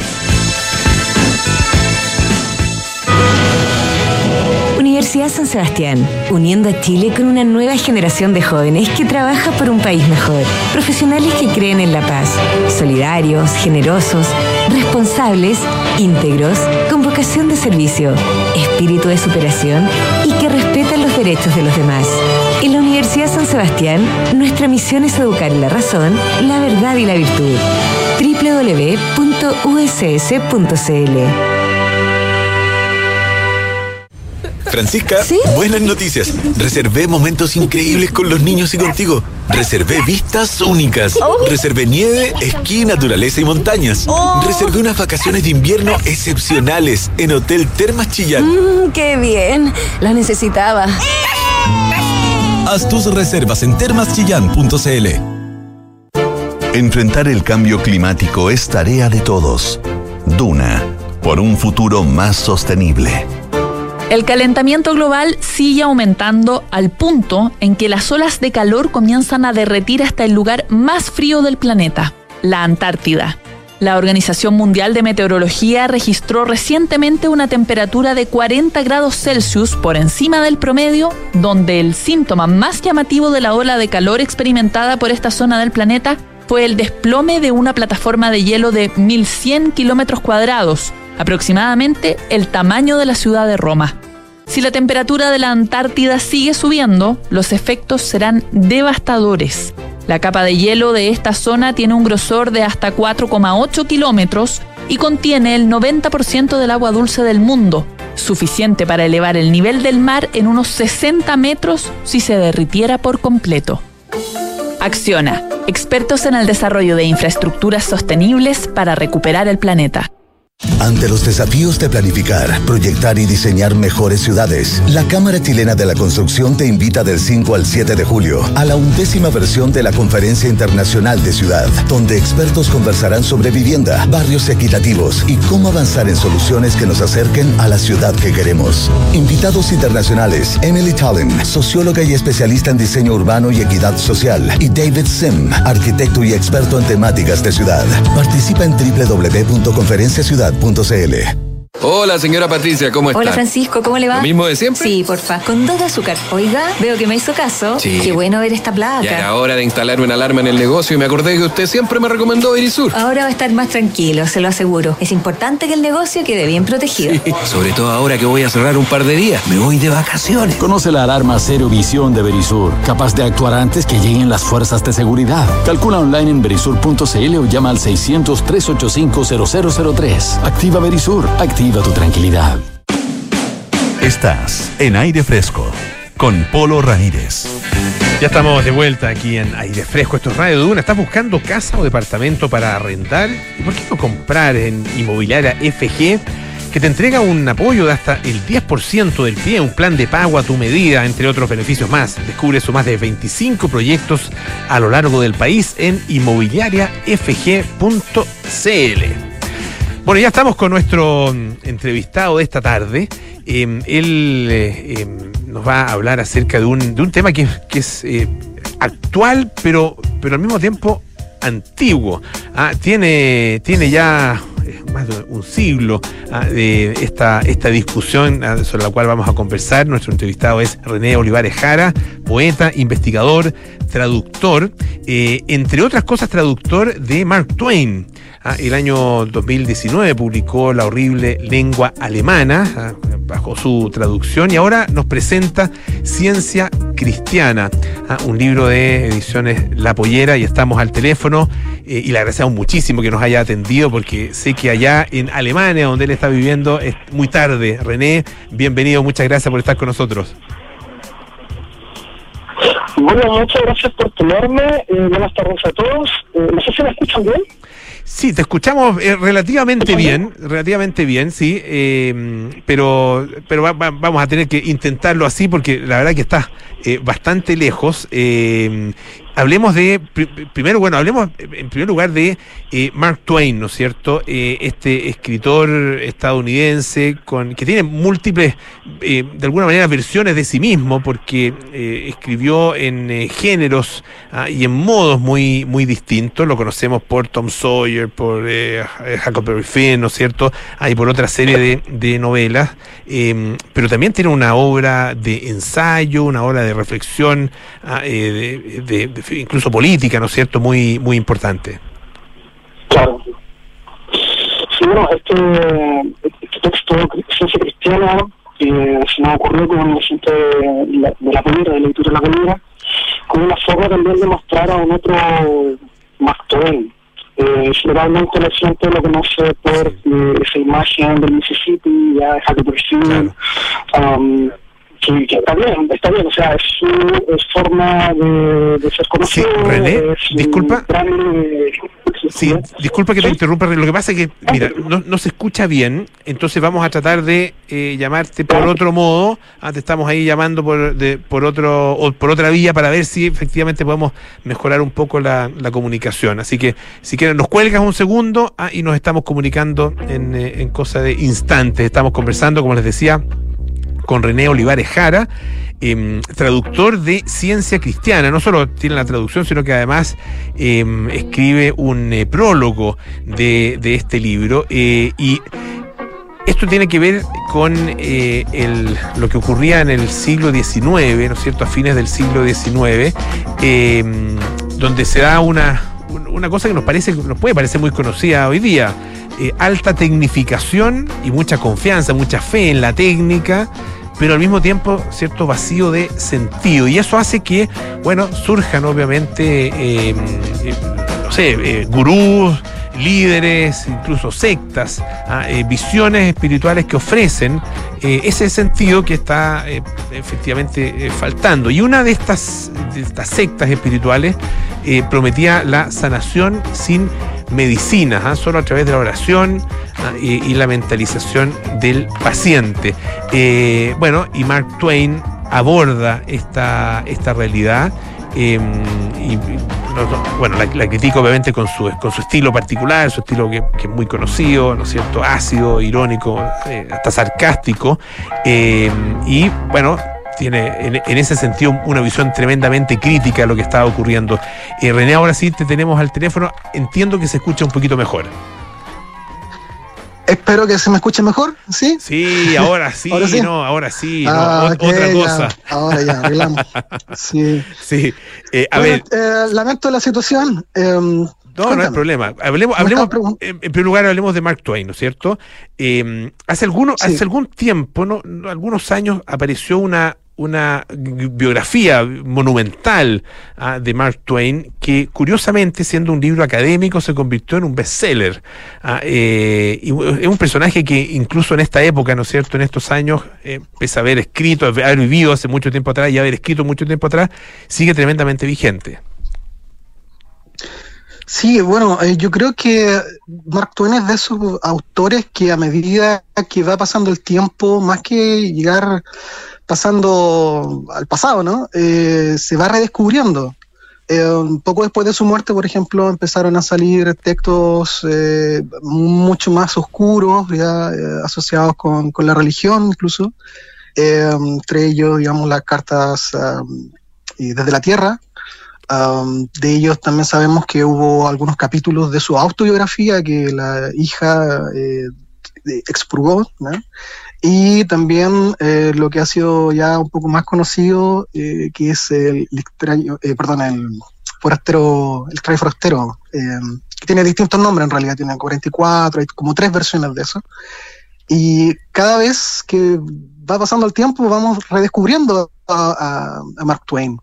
Universidad San Sebastián, uniendo a Chile con una nueva generación de jóvenes que trabaja por un país mejor. Profesionales que creen en la paz, solidarios, generosos, responsables, íntegros, con vocación de servicio, espíritu de superación y que respetan los derechos de los demás. En la Universidad San Sebastián, nuestra misión es educar en la razón, la verdad y la virtud. doble u doble u doble u punto u s s punto c l. Francisca, ¿sí? Buenas noticias. Reservé momentos increíbles con los niños y contigo. Reservé vistas únicas. Oh. Reservé nieve, esquí, naturaleza y montañas. Oh. Reservé unas vacaciones de invierno excepcionales en Hotel Termas Chillán. Mmm, qué bien. Lo necesitaba. Haz tus reservas en termaschillán punto cl. Enfrentar el cambio climático es tarea de todos. Duna, por un futuro más sostenible. El calentamiento global sigue aumentando al punto en que las olas de calor comienzan a derretir hasta el lugar más frío del planeta, la Antártida. La Organización Mundial de Meteorología registró recientemente una temperatura de cuarenta grados Celsius por encima del promedio, donde el síntoma más llamativo de la ola de calor experimentada por esta zona del planeta fue el desplome de una plataforma de hielo de mil cien kilómetros cuadrados, aproximadamente el tamaño de la ciudad de Roma. Si la temperatura de la Antártida sigue subiendo, los efectos serán devastadores. La capa de hielo de esta zona tiene un grosor de hasta cuatro coma ocho kilómetros y contiene el noventa por ciento del agua dulce del mundo, suficiente para elevar el nivel del mar en unos sesenta metros si se derritiera por completo. Acciona, expertos en el desarrollo de infraestructuras sostenibles para recuperar el planeta. Ante los desafíos de planificar, proyectar y diseñar mejores ciudades, la Cámara Chilena de la Construcción te invita del cinco al siete de julio a la undécima versión de la Conferencia Internacional de Ciudad, donde expertos conversarán sobre vivienda, barrios equitativos y cómo avanzar en soluciones que nos acerquen a la ciudad que queremos. Invitados internacionales: Emily Tallin, socióloga y especialista en diseño urbano y equidad social, y David Sim, arquitecto y experto en temáticas de ciudad. Participa en doble u doble u doble u punto conferencia ciudad punto c l. Hola, señora Patricia, ¿cómo está? Hola, Francisco, ¿cómo le va? ¿Lo mismo de siempre? Sí, porfa, con dos de azúcar. Oiga, veo que me hizo caso. Sí. Qué bueno ver esta placa. Ya era hora de instalar una alarma en el negocio y me acordé que usted siempre me recomendó Verisur. Ahora va a estar más tranquilo, se lo aseguro. Es importante que el negocio quede bien protegido. Sí, sobre todo ahora que voy a cerrar un par de días. Me voy de vacaciones. Conoce la alarma Cero Visión de Verisur, capaz de actuar antes que lleguen las fuerzas de seguridad. Calcula online en verisur punto c l o llama al seiscientos, trescientos ochenta y cinco, cero cero cero tres. Activa Verisur, activa tu tranquilidad. Estás en Aire Fresco con Polo Ramírez. Ya estamos de vuelta aquí en Aire Fresco. Esto es Radio Duna. ¿Estás buscando casa o departamento para arrendar? ¿Y por qué no comprar en Inmobiliaria F G, que te entrega un apoyo de hasta el diez por ciento del pie, un plan de pago a tu medida, entre otros beneficios más? Descubre sus más de veinticinco proyectos a lo largo del país en inmobiliaria f g punto c l. Bueno, ya estamos con nuestro entrevistado de esta tarde. Eh, él eh, eh, nos va a hablar acerca de un, de un tema que, que es eh, actual, pero, pero al mismo tiempo antiguo. Ah, tiene, tiene ya más de un siglo ah, de esta, esta discusión ah, sobre la cual vamos a conversar. Nuestro entrevistado es René Olivares Jara, poeta, investigador, traductor, eh, entre otras cosas traductor de Mark Twain. Ah, el año dos mil diecinueve publicó La horrible lengua alemana, ah, bajo su traducción, y ahora nos presenta Ciencia Cristiana, ah, un libro de ediciones La Pollera, y estamos al teléfono eh, y le agradecemos muchísimo que nos haya atendido, porque sé que allá en Alemania, donde él está viviendo, es muy tarde. René, bienvenido, muchas gracias por estar con nosotros. Bueno, muchas gracias por tenerme. Eh, buenas tardes a todos. Eh, no sé si me escuchan bien. Sí, te escuchamos eh, relativamente bien, relativamente bien, sí, eh, pero pero va, va, vamos a tener que intentarlo así, porque la verdad que está eh, bastante lejos. Eh, hablemos de, pr- primero, bueno, hablemos en primer lugar de eh, Mark Twain, ¿no es cierto? Eh, este escritor estadounidense con que tiene múltiples, eh, de alguna manera, versiones de sí mismo, porque eh, escribió en eh, géneros ah, y en modos muy, muy distintos. Lo conocemos por Tom Sawyer, por eh, Huckleberry Finn, ¿no es cierto? Hay por otra serie de, de novelas, eh, pero también tiene una obra de ensayo, una obra de reflexión, ah, eh, de, de, de incluso política, ¿no es cierto?, muy muy importante. Claro. Sí, bueno, este, este texto, Ciencia Cristiana, eh, se me ocurrió con el asunto de la, de la Pollera, de la lectura de La Pollera, como una forma también de mostrar a un otro Mark Twain. Eh, generalmente la gente lo conoce por eh, esa imagen del Mississippi, ya de Huckleberry Finn, claro. um, que, que está bien, está bien, o sea, es su es forma de, de ser conocido. Sí, René, disculpa. Gran, eh, Sí, disculpa que te interrumpa, lo que pasa es que, mira, no, no se escucha bien, entonces vamos a tratar de eh, llamarte por otro modo. Ah, te estamos ahí llamando por de, por otro o por otra vía para ver si efectivamente podemos mejorar un poco la, la comunicación. Así que, si quieres, nos cuelgas un segundo ah, y nos estamos comunicando en, eh, en cosa de instantes. Estamos conversando, como les decía, con René Olivares Jara, eh, traductor de Ciencia Cristiana. No solo tiene la traducción, sino que además eh, escribe un eh, prólogo de, de este libro. Eh, y esto tiene que ver con eh, el, lo que ocurría en el siglo diecinueve, ¿no es cierto?, a fines del siglo diecinueve, eh, donde se da una, una cosa que nos parece, nos puede parecer muy conocida hoy día. Eh, alta tecnificación y mucha confianza, mucha fe en la técnica, pero al mismo tiempo cierto vacío de sentido, y eso hace que, bueno, surjan obviamente eh, eh, no sé, eh, gurús, líderes, incluso sectas, ah, eh, visiones espirituales que ofrecen eh, ese sentido que está eh, efectivamente eh, faltando. Y una de estas, de estas sectas espirituales eh, prometía la sanación sin medicinas, ¿eh? solo a través de la oración ¿eh? y, y la mentalización del paciente. Eh, bueno, y Mark Twain aborda esta, esta realidad. Eh, y, no, no, bueno, la, la critico obviamente con su, con su estilo particular, su estilo que, que es muy conocido, ¿no es cierto? Ácido, irónico, eh, hasta sarcástico, eh, y bueno, tiene en, en ese sentido una visión tremendamente crítica de lo que estaba ocurriendo. Eh, René, ahora sí te tenemos al teléfono, entiendo que se escucha un poquito mejor. Espero que se me escuche mejor, ¿sí? Sí, ahora sí, ¿Ahora sí? no, ahora sí, ah, no, okay, otra cosa. Ya, ahora ya, arreglamos. Sí. Sí, eh, a bueno, ver. Eh, lamento la situación. Eh, no, cuéntame. No hay problema. Hablemos, hablemos en primer lugar, hablemos de Mark Twain, ¿no es cierto? Eh, hace, alguno, sí. hace algún tiempo, ¿no? algunos años, apareció una... una biografía monumental uh, de Mark Twain que, curiosamente, siendo un libro académico, se convirtió en un bestseller. Uh, eh, y es un personaje que incluso en esta época, ¿no es cierto?, en estos años, eh, pese a haber escrito, haber vivido hace mucho tiempo atrás y haber escrito mucho tiempo atrás, sigue tremendamente vigente. Sí, bueno, eh, yo creo que Mark Twain es de esos autores que a medida que va pasando el tiempo, más que llegar pasando al pasado, ¿no? Eh, se va redescubriendo. Eh, un poco después de su muerte, por ejemplo, empezaron a salir textos eh, mucho más oscuros, ya eh, asociados con, con la religión, incluso. Eh, entre ellos, digamos, las cartas um, desde la Tierra. Um, de ellos también sabemos que hubo algunos capítulos de su autobiografía que la hija eh, expurgó, ¿no? Y también eh, lo que ha sido ya un poco más conocido, eh, que es el, el extraño, eh, perdón, el forastero, el extraño forastero, eh, que tiene distintos nombres en realidad, tiene cuarenta y cuatro, hay como tres versiones de eso. Y cada vez que va pasando el tiempo vamos redescubriendo a, a, a Mark Twain.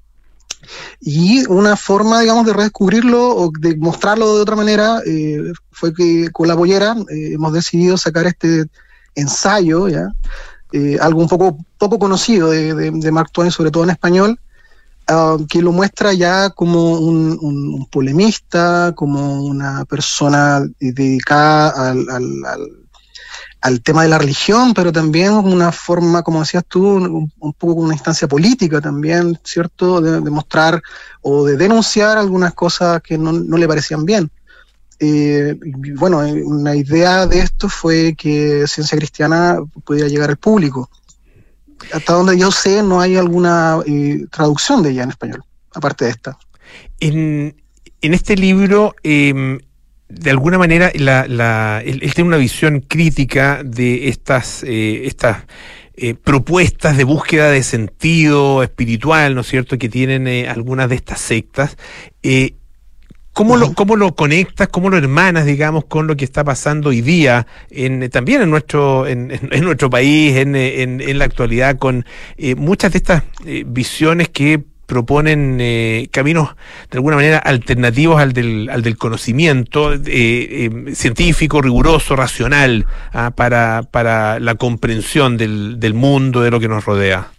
Y una forma, digamos, de redescubrirlo o de mostrarlo de otra manera eh, fue que con La Pollera eh, hemos decidido sacar este ensayo, ya eh, algo un poco poco conocido de, de, de Mark Twain, sobre todo en español, uh, que lo muestra ya como un, un, un polemista, como una persona dedicada al, al, al, al tema de la religión, pero también una forma, como decías tú, un, un poco una instancia política también, ¿cierto?, de, de mostrar o de denunciar algunas cosas que no, no le parecían bien. Eh, bueno, una idea de esto fue que Ciencia Cristiana pudiera llegar al público. Hasta donde yo sé, no hay alguna eh, traducción de ella en español, aparte de esta. En, en este libro, eh, de alguna manera, la, la, él, él tiene una visión crítica de estas, eh, estas eh, propuestas de búsqueda de sentido espiritual, ¿no es cierto?, que tienen eh, algunas de estas sectas. Eh, ¿Cómo lo, cómo lo conectas, cómo lo hermanas, digamos, con lo que está pasando hoy día, en, también en nuestro en, en, en nuestro país, en, en, en la actualidad, con eh, muchas de estas eh, visiones que proponen eh, caminos de alguna manera alternativos al del, al del conocimiento eh, eh, científico, riguroso, racional, ah, para, para la comprensión del, del mundo, de lo que nos rodea?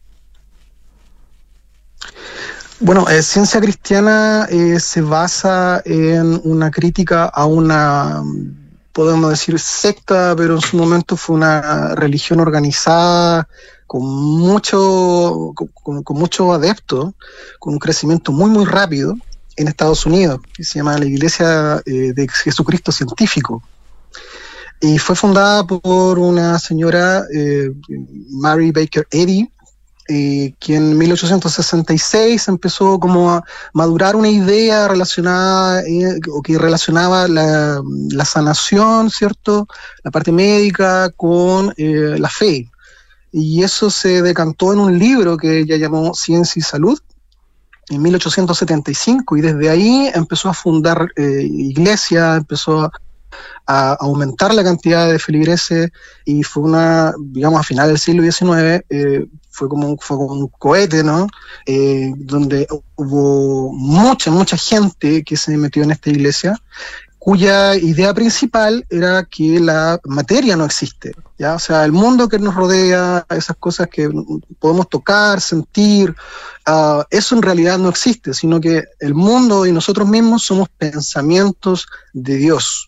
Bueno, eh, Ciencia Cristiana eh, se basa en una crítica a una, podemos decir, secta, pero en su momento fue una religión organizada con mucho, con, con mucho adeptos, con un crecimiento muy, muy rápido en Estados Unidos, que se llama la Iglesia eh, de Jesucristo Científico. Y fue fundada por una señora, eh, Mary Baker Eddy, Eh, que en mil ochocientos sesenta y seis empezó como a madurar una idea relacionada eh, o que relacionaba la, la sanación, ¿cierto?, la parte médica con eh, la fe, y eso se decantó en un libro que ella llamó Ciencia y Salud en mil ochocientos setenta y cinco, y desde ahí empezó a fundar eh, iglesia, empezó a a aumentar la cantidad de feligreses, y fue una, digamos, a finales del siglo diecinueve, eh, fue como un, fue como un cohete, ¿no? Eh, donde hubo mucha, mucha gente que se metió en esta iglesia, cuya idea principal era que la materia no existe, ¿ya? O sea, el mundo que nos rodea, esas cosas que podemos tocar, sentir, uh, eso en realidad no existe, sino que el mundo y nosotros mismos somos pensamientos de Dios.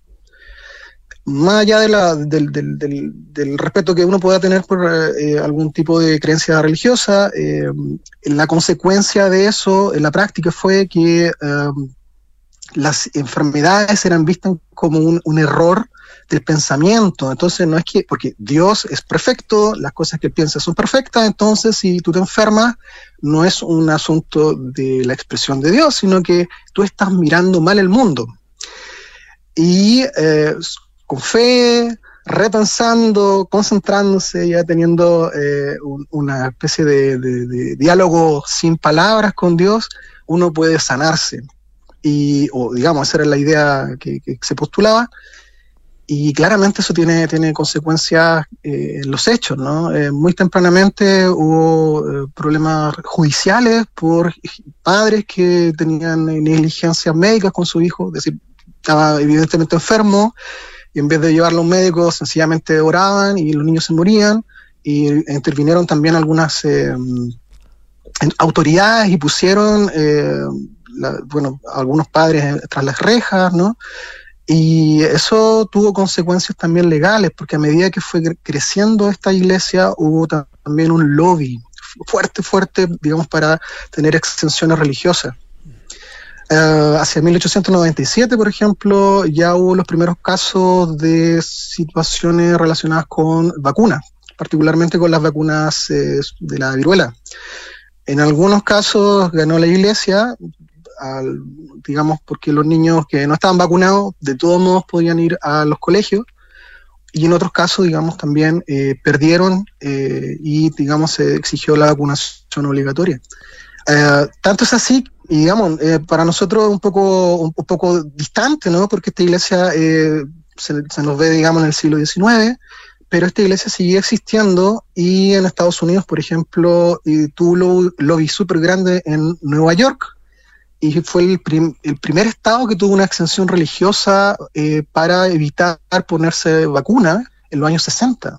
Más allá de la, del, del, del, del respeto que uno pueda tener por eh, algún tipo de creencia religiosa, eh, la consecuencia de eso en la práctica fue que eh, las enfermedades eran vistas como un, un error del pensamiento. Entonces no es que, porque Dios es perfecto, las cosas que piensas son perfectas, entonces si tú te enfermas no es un asunto de la expresión de Dios, sino que tú estás mirando mal el mundo. Y eh, con fe, repensando, concentrándose, ya teniendo eh, un, una especie de, de, de diálogo sin palabras con Dios, uno puede sanarse. Y, o digamos, esa era la idea que, que se postulaba, y claramente eso tiene, tiene consecuencias eh, en los hechos, ¿no? Eh, muy tempranamente hubo eh, problemas judiciales por padres que tenían negligencias médicas con su hijo, es decir, estaba evidentemente enfermo, y en vez de llevarlo a un médico, sencillamente oraban y los niños se morían, y intervinieron también algunas eh, autoridades y pusieron... Eh, La, bueno, algunos padres tras las rejas, ¿no? Y eso tuvo consecuencias también legales, porque a medida que fue creciendo esta iglesia, hubo también un lobby fuerte, fuerte, digamos, para tener exenciones religiosas. Uh, hacia mil ochocientos noventa y siete, por ejemplo, ya hubo los primeros casos de situaciones relacionadas con vacunas, particularmente con las vacunas eh, de la viruela. En algunos casos ganó la iglesia, al, digamos, porque los niños que no estaban vacunados de todos modos podían ir a los colegios, y en otros casos, digamos, también eh, perdieron eh, y, digamos, se exigió la vacunación obligatoria. Eh, tanto es así, y digamos, eh, para nosotros un poco, un, un poco distante, ¿no? Porque esta iglesia eh, se, se nos ve, digamos, en el siglo diecinueve, pero esta iglesia sigue existiendo, y en Estados Unidos, por ejemplo, eh, tuvo lo, lobby súper grande en Nueva York, y fue el, prim, el primer estado que tuvo una exención religiosa eh, para evitar ponerse vacuna en los años sesenta.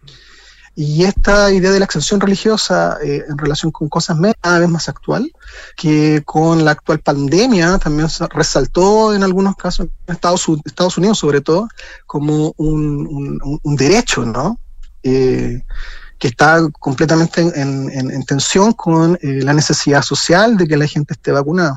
Y esta idea de la exención religiosa eh, en relación con cosas cada vez más actual, que con la actual pandemia también resaltó en algunos casos, en Estados, Estados Unidos sobre todo, como un, un, un derecho, ¿no? Eh, que está completamente en, en, en tensión con eh, la necesidad social de que la gente esté vacunada.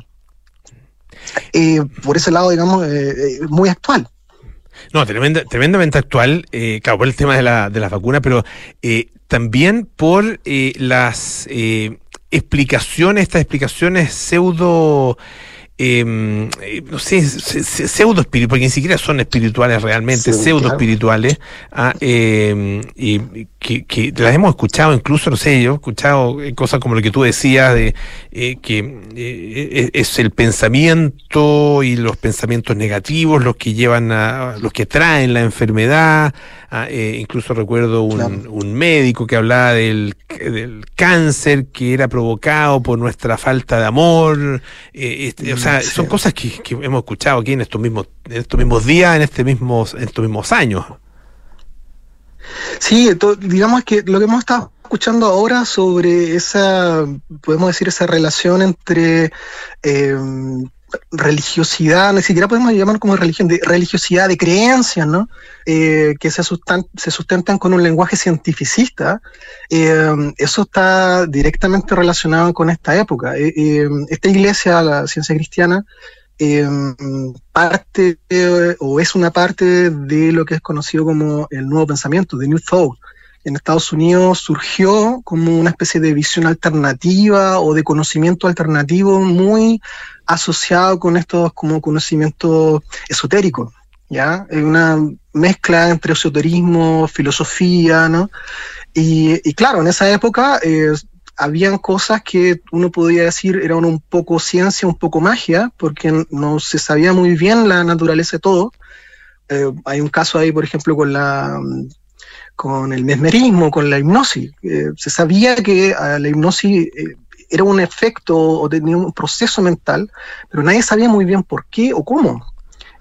Eh, por ese lado, digamos, eh, eh, muy actual. No, tremenda, tremendamente actual, eh, claro, por el tema de la, de las vacunas, pero eh, también por eh, las eh, explicaciones, estas explicaciones pseudo... Eh, no sé, pseudo espirituales, porque ni siquiera son espirituales realmente, sí, pseudo espirituales, ah, eh, y que, que las hemos escuchado, incluso, no sé, yo he escuchado cosas como lo que tú decías de eh, que eh, es el pensamiento y los pensamientos negativos los que llevan a, los que traen la enfermedad. Ah, eh, incluso recuerdo un, claro. un médico que hablaba del, del cáncer que era provocado por nuestra falta de amor. Eh, este, o sea, sí. son cosas que, que hemos escuchado aquí en estos mismos, en estos mismos días, en este mismos, en estos mismos años. Sí, to, digamos que lo que hemos estado escuchando ahora sobre esa, podemos decir, esa relación entre eh, religiosidad, ni siquiera podemos llamar como religión, de religiosidad de creencias, ¿no? Eh, que se, sustan, se sustentan con un lenguaje cientificista, eh, eso está directamente relacionado con esta época. Eh, eh, esta iglesia, la ciencia cristiana, eh, parte eh, o es una parte de lo que es conocido como el nuevo pensamiento, the New Thought. En Estados Unidos surgió como una especie de visión alternativa o de conocimiento alternativo muy asociado con estos como conocimientos esotéricos, ¿ya? Es una mezcla entre esoterismo, filosofía, ¿no? Y, y claro, en esa época eh, habían cosas que uno podría decir eran un poco ciencia, un poco magia, porque no se sabía muy bien la naturaleza de todo. Eh, hay un caso ahí, por ejemplo, con la... con el mesmerismo, con la hipnosis. Eh, se sabía que uh, la hipnosis eh, era un efecto o tenía un proceso mental, pero nadie sabía muy bien por qué o cómo.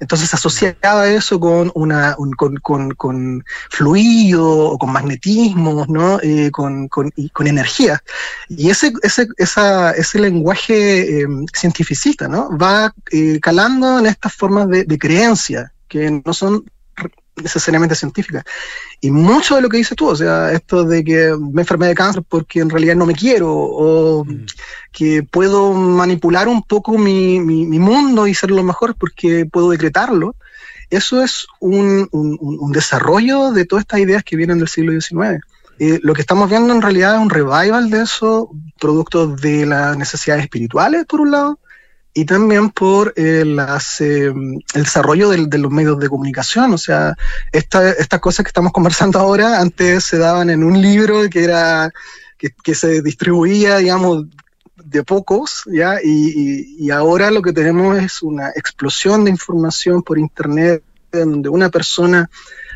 Entonces asociaba eso con una un, con, con, con fluido o con magnetismos, ¿no? Eh, con, con, y con energía. Y ese, ese, esa, ese lenguaje eh, cientificista, ¿no? Va eh, calando en estas formas de, de creencia que no son necesariamente científicas. Y mucho de lo que dices tú, o sea, esto de que me enfermé de cáncer porque en realidad no me quiero, o mm. que puedo manipular un poco mi, mi, mi mundo y ser lo mejor porque puedo decretarlo, eso es un, un, un desarrollo de todas estas ideas que vienen del siglo diecinueve. Eh, lo que estamos viendo en realidad es un revival de eso, producto de las necesidades espirituales, por un lado, y también por eh, las, eh, el desarrollo de, de los medios de comunicación. O sea, esta, estas cosas que estamos conversando ahora antes se daban en un libro que era que, que se distribuía, digamos, de pocos, ¿ya? Y, y, y ahora lo que tenemos es una explosión de información por internet, donde una persona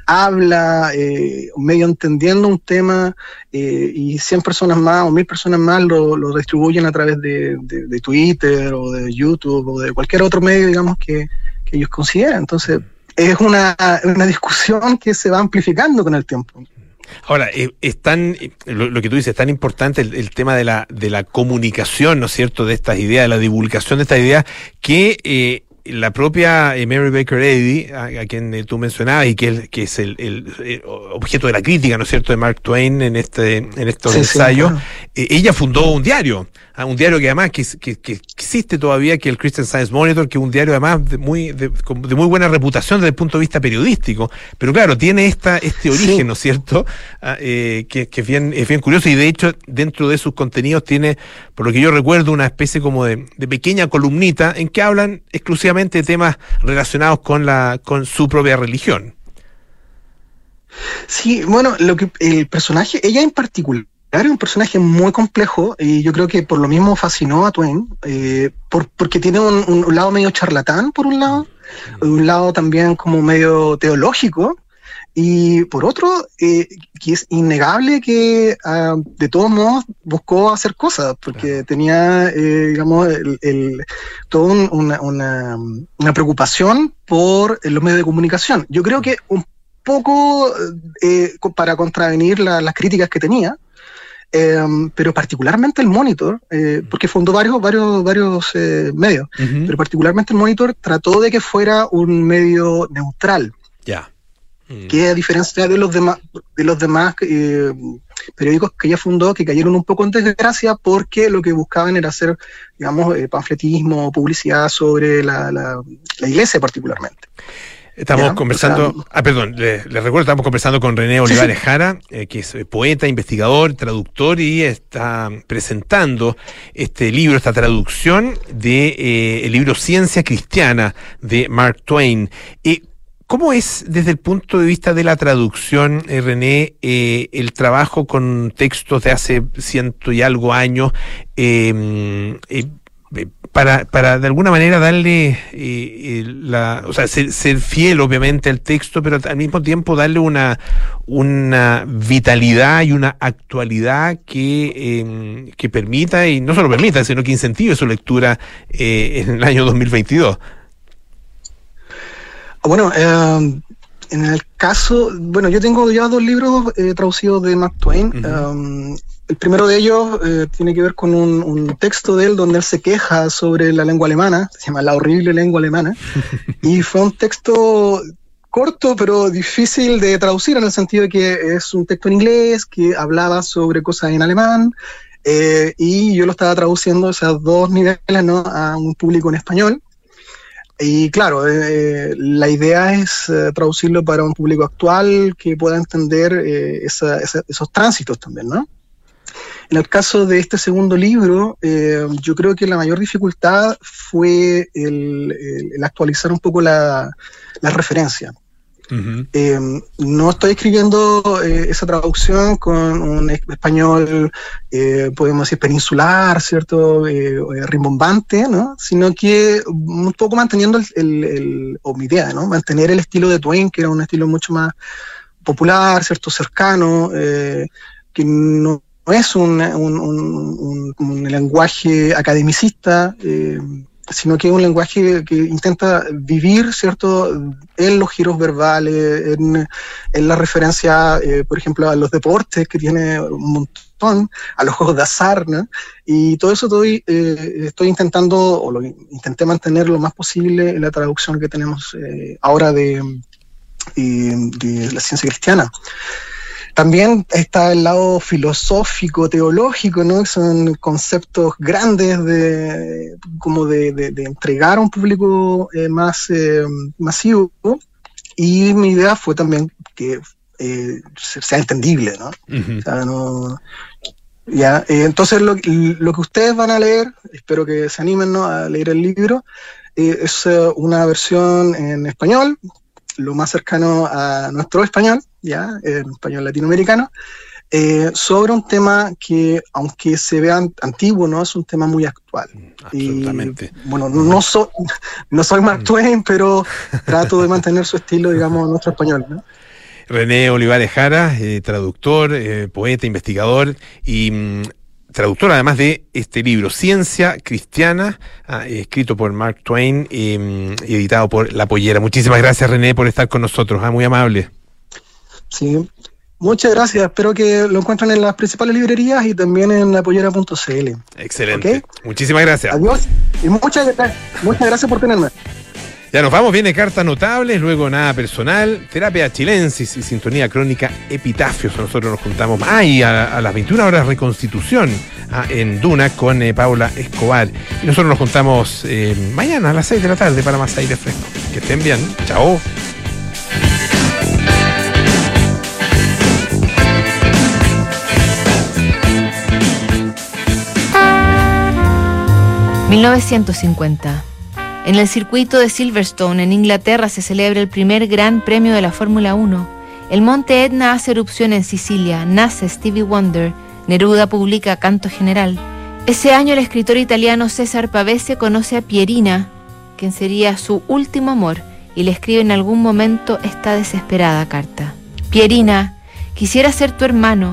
habla, eh, medio entendiendo un tema, eh, y cien personas más o mil personas más lo, lo distribuyen a través de, de, de Twitter o de YouTube o de cualquier otro medio, digamos, que, que ellos consideran. Entonces, es una, una discusión que se va amplificando con el tiempo. Ahora, eh, es tan, lo, lo que tú dices, es tan importante el, el tema de la, de la comunicación, ¿no es cierto?, de estas ideas, de la divulgación de estas ideas, que eh, la propia eh, Mary Baker Eddy, a, a quien eh, tú mencionabas y que, el, que es el, el, el objeto de la crítica, ¿no es cierto?, de Mark Twain en este en estos sí, ensayos, sí, bueno. eh, ella fundó un diario, ¿ah? un diario que además que, que, que existe todavía, que es el Christian Science Monitor, que es un diario además de muy de, de muy buena reputación desde el punto de vista periodístico, pero claro, tiene esta este origen, sí. ¿no es cierto?, ah, eh, que, que es, bien, es bien curioso, y de hecho dentro de sus contenidos tiene, por lo que yo recuerdo, una especie como de, de pequeña columnita en que hablan exclusivamente de temas relacionados con la con su propia religión. Sí, bueno, lo que el personaje, ella en particular, es un personaje muy complejo, y yo creo que por lo mismo fascinó a Twain, eh, por, porque tiene un, un lado medio charlatán, por un lado, un lado también como medio teológico, y por otro, eh, que es innegable que uh, de todos modos buscó hacer cosas, porque tenía, eh, digamos, el, el, toda un, una, una, una preocupación por los medios de comunicación. Yo creo que un poco eh, para contravenir la, las críticas que tenía, eh, pero particularmente el Monitor, eh, porque fundó varios, varios, varios eh, medios, uh-huh. pero particularmente el Monitor trató de que fuera un medio neutral. Ya. Yeah. Que a diferencia de los demás de los demás eh, periódicos que ella fundó, que cayeron un poco en desgracia porque lo que buscaban era hacer, digamos, eh, panfletismo, publicidad sobre la, la, la iglesia particularmente. Estamos ¿Ya? conversando, o sea, ah, perdón, les le recuerdo, estamos conversando con René Olivares sí, sí. Jara, eh, que es poeta, investigador, traductor, y está presentando este libro, esta traducción de eh, el libro Ciencia Cristiana de Mark Twain. Eh, ¿Cómo es, desde el punto de vista de la traducción, eh, René, eh, el trabajo con textos de hace ciento y algo años, eh, eh, para, para de alguna manera darle, eh, la, o sea, ser, ser fiel obviamente al texto, pero al mismo tiempo darle una, una vitalidad y una actualidad que, eh, que permita, y no solo permita, sino que incentive su lectura eh, en el año dos mil veintidós? Bueno, eh, en el caso, bueno, yo tengo ya dos libros eh, traducidos de Mark Twain. Uh-huh. Um, el primero de ellos eh, tiene que ver con un, un texto de él donde él se queja sobre la lengua alemana, se llama La horrible lengua alemana, y fue un texto corto pero difícil de traducir, en el sentido de que es un texto en inglés que hablaba sobre cosas en alemán, eh, y yo lo estaba traduciendo a esos dos niveles, ¿no?, a un público en español. Y claro, eh, la idea es eh, traducirlo para un público actual que pueda entender eh, esa, esa, esos tránsitos también, ¿no? En el caso de este segundo libro, eh, yo creo que la mayor dificultad fue el, el, el actualizar un poco la, la referencia. Uh-huh. Eh, no estoy escribiendo eh, esa traducción con un español, eh, podemos decir, peninsular, ¿cierto? Eh, rimbombante, ¿no? Sino que un poco manteniendo el, el, el, o mi idea, ¿no? Mantener el estilo de Twain, que era un estilo mucho más popular, ¿cierto? Cercano, eh, que no es un, un, un, un, un lenguaje academicista, eh, sino que es un lenguaje que intenta vivir, ¿cierto?, en los giros verbales, en, en la referencia, eh, por ejemplo, a los deportes, que tiene un montón, a los juegos de azar, ¿no? Y todo eso estoy, eh, estoy intentando, o lo intenté mantener lo más posible en la traducción que tenemos eh, ahora de, de, de la ciencia cristiana. También está el lado filosófico, teológico, ¿no? Son conceptos grandes de como de, de, de entregar a un público eh, más eh, masivo. Y mi idea fue también que eh, sea entendible, ¿no? Uh-huh. O sea, no ya, eh, entonces lo, lo que ustedes van a leer, espero que se animen, ¿no?, a leer el libro, eh, es uh, una versión en español, lo más cercano a nuestro español, ya, en español latinoamericano, eh, sobre un tema que, aunque se vea antiguo, no es un tema muy actual. Absolutamente. Y, bueno, no, so, no soy Mark Twain, pero trato de mantener su estilo, digamos, en nuestro español, ¿no? René Olivares Jara, eh, traductor, eh, poeta, investigador y mm, traductor además de este libro, Ciencia Cristiana, ah, escrito por Mark Twain eh, y editado por La Pollera. Muchísimas gracias, René, por estar con nosotros, ah, muy amable. Sí, muchas gracias. Espero que lo encuentren en las principales librerías y también en la pollera punto c l. Excelente. ¿Okay? Muchísimas gracias. Adiós y muchas, muchas gracias por tenerme. Ya nos vamos, viene Cartas Notables, luego Nada Personal, Terapia Chilensis y Sintonía Crónica Epitafios. Nosotros nos juntamos ahí a, a las veintiuna horas Reconstitución ah, en Duna con eh, Paula Escobar. Y nosotros nos juntamos eh, mañana a las seis de la tarde para más aire fresco. Que estén bien. Chao. mil novecientos cincuenta. En el circuito de Silverstone, en Inglaterra, se celebra el primer Gran Premio de la Fórmula uno. El monte Etna hace erupción en Sicilia, nace Stevie Wonder, Neruda publica Canto General. Ese año el escritor italiano César Pavese conoce a Pierina, quien sería su último amor, y le escribe en algún momento esta desesperada carta. Pierina, quisiera ser tu hermano,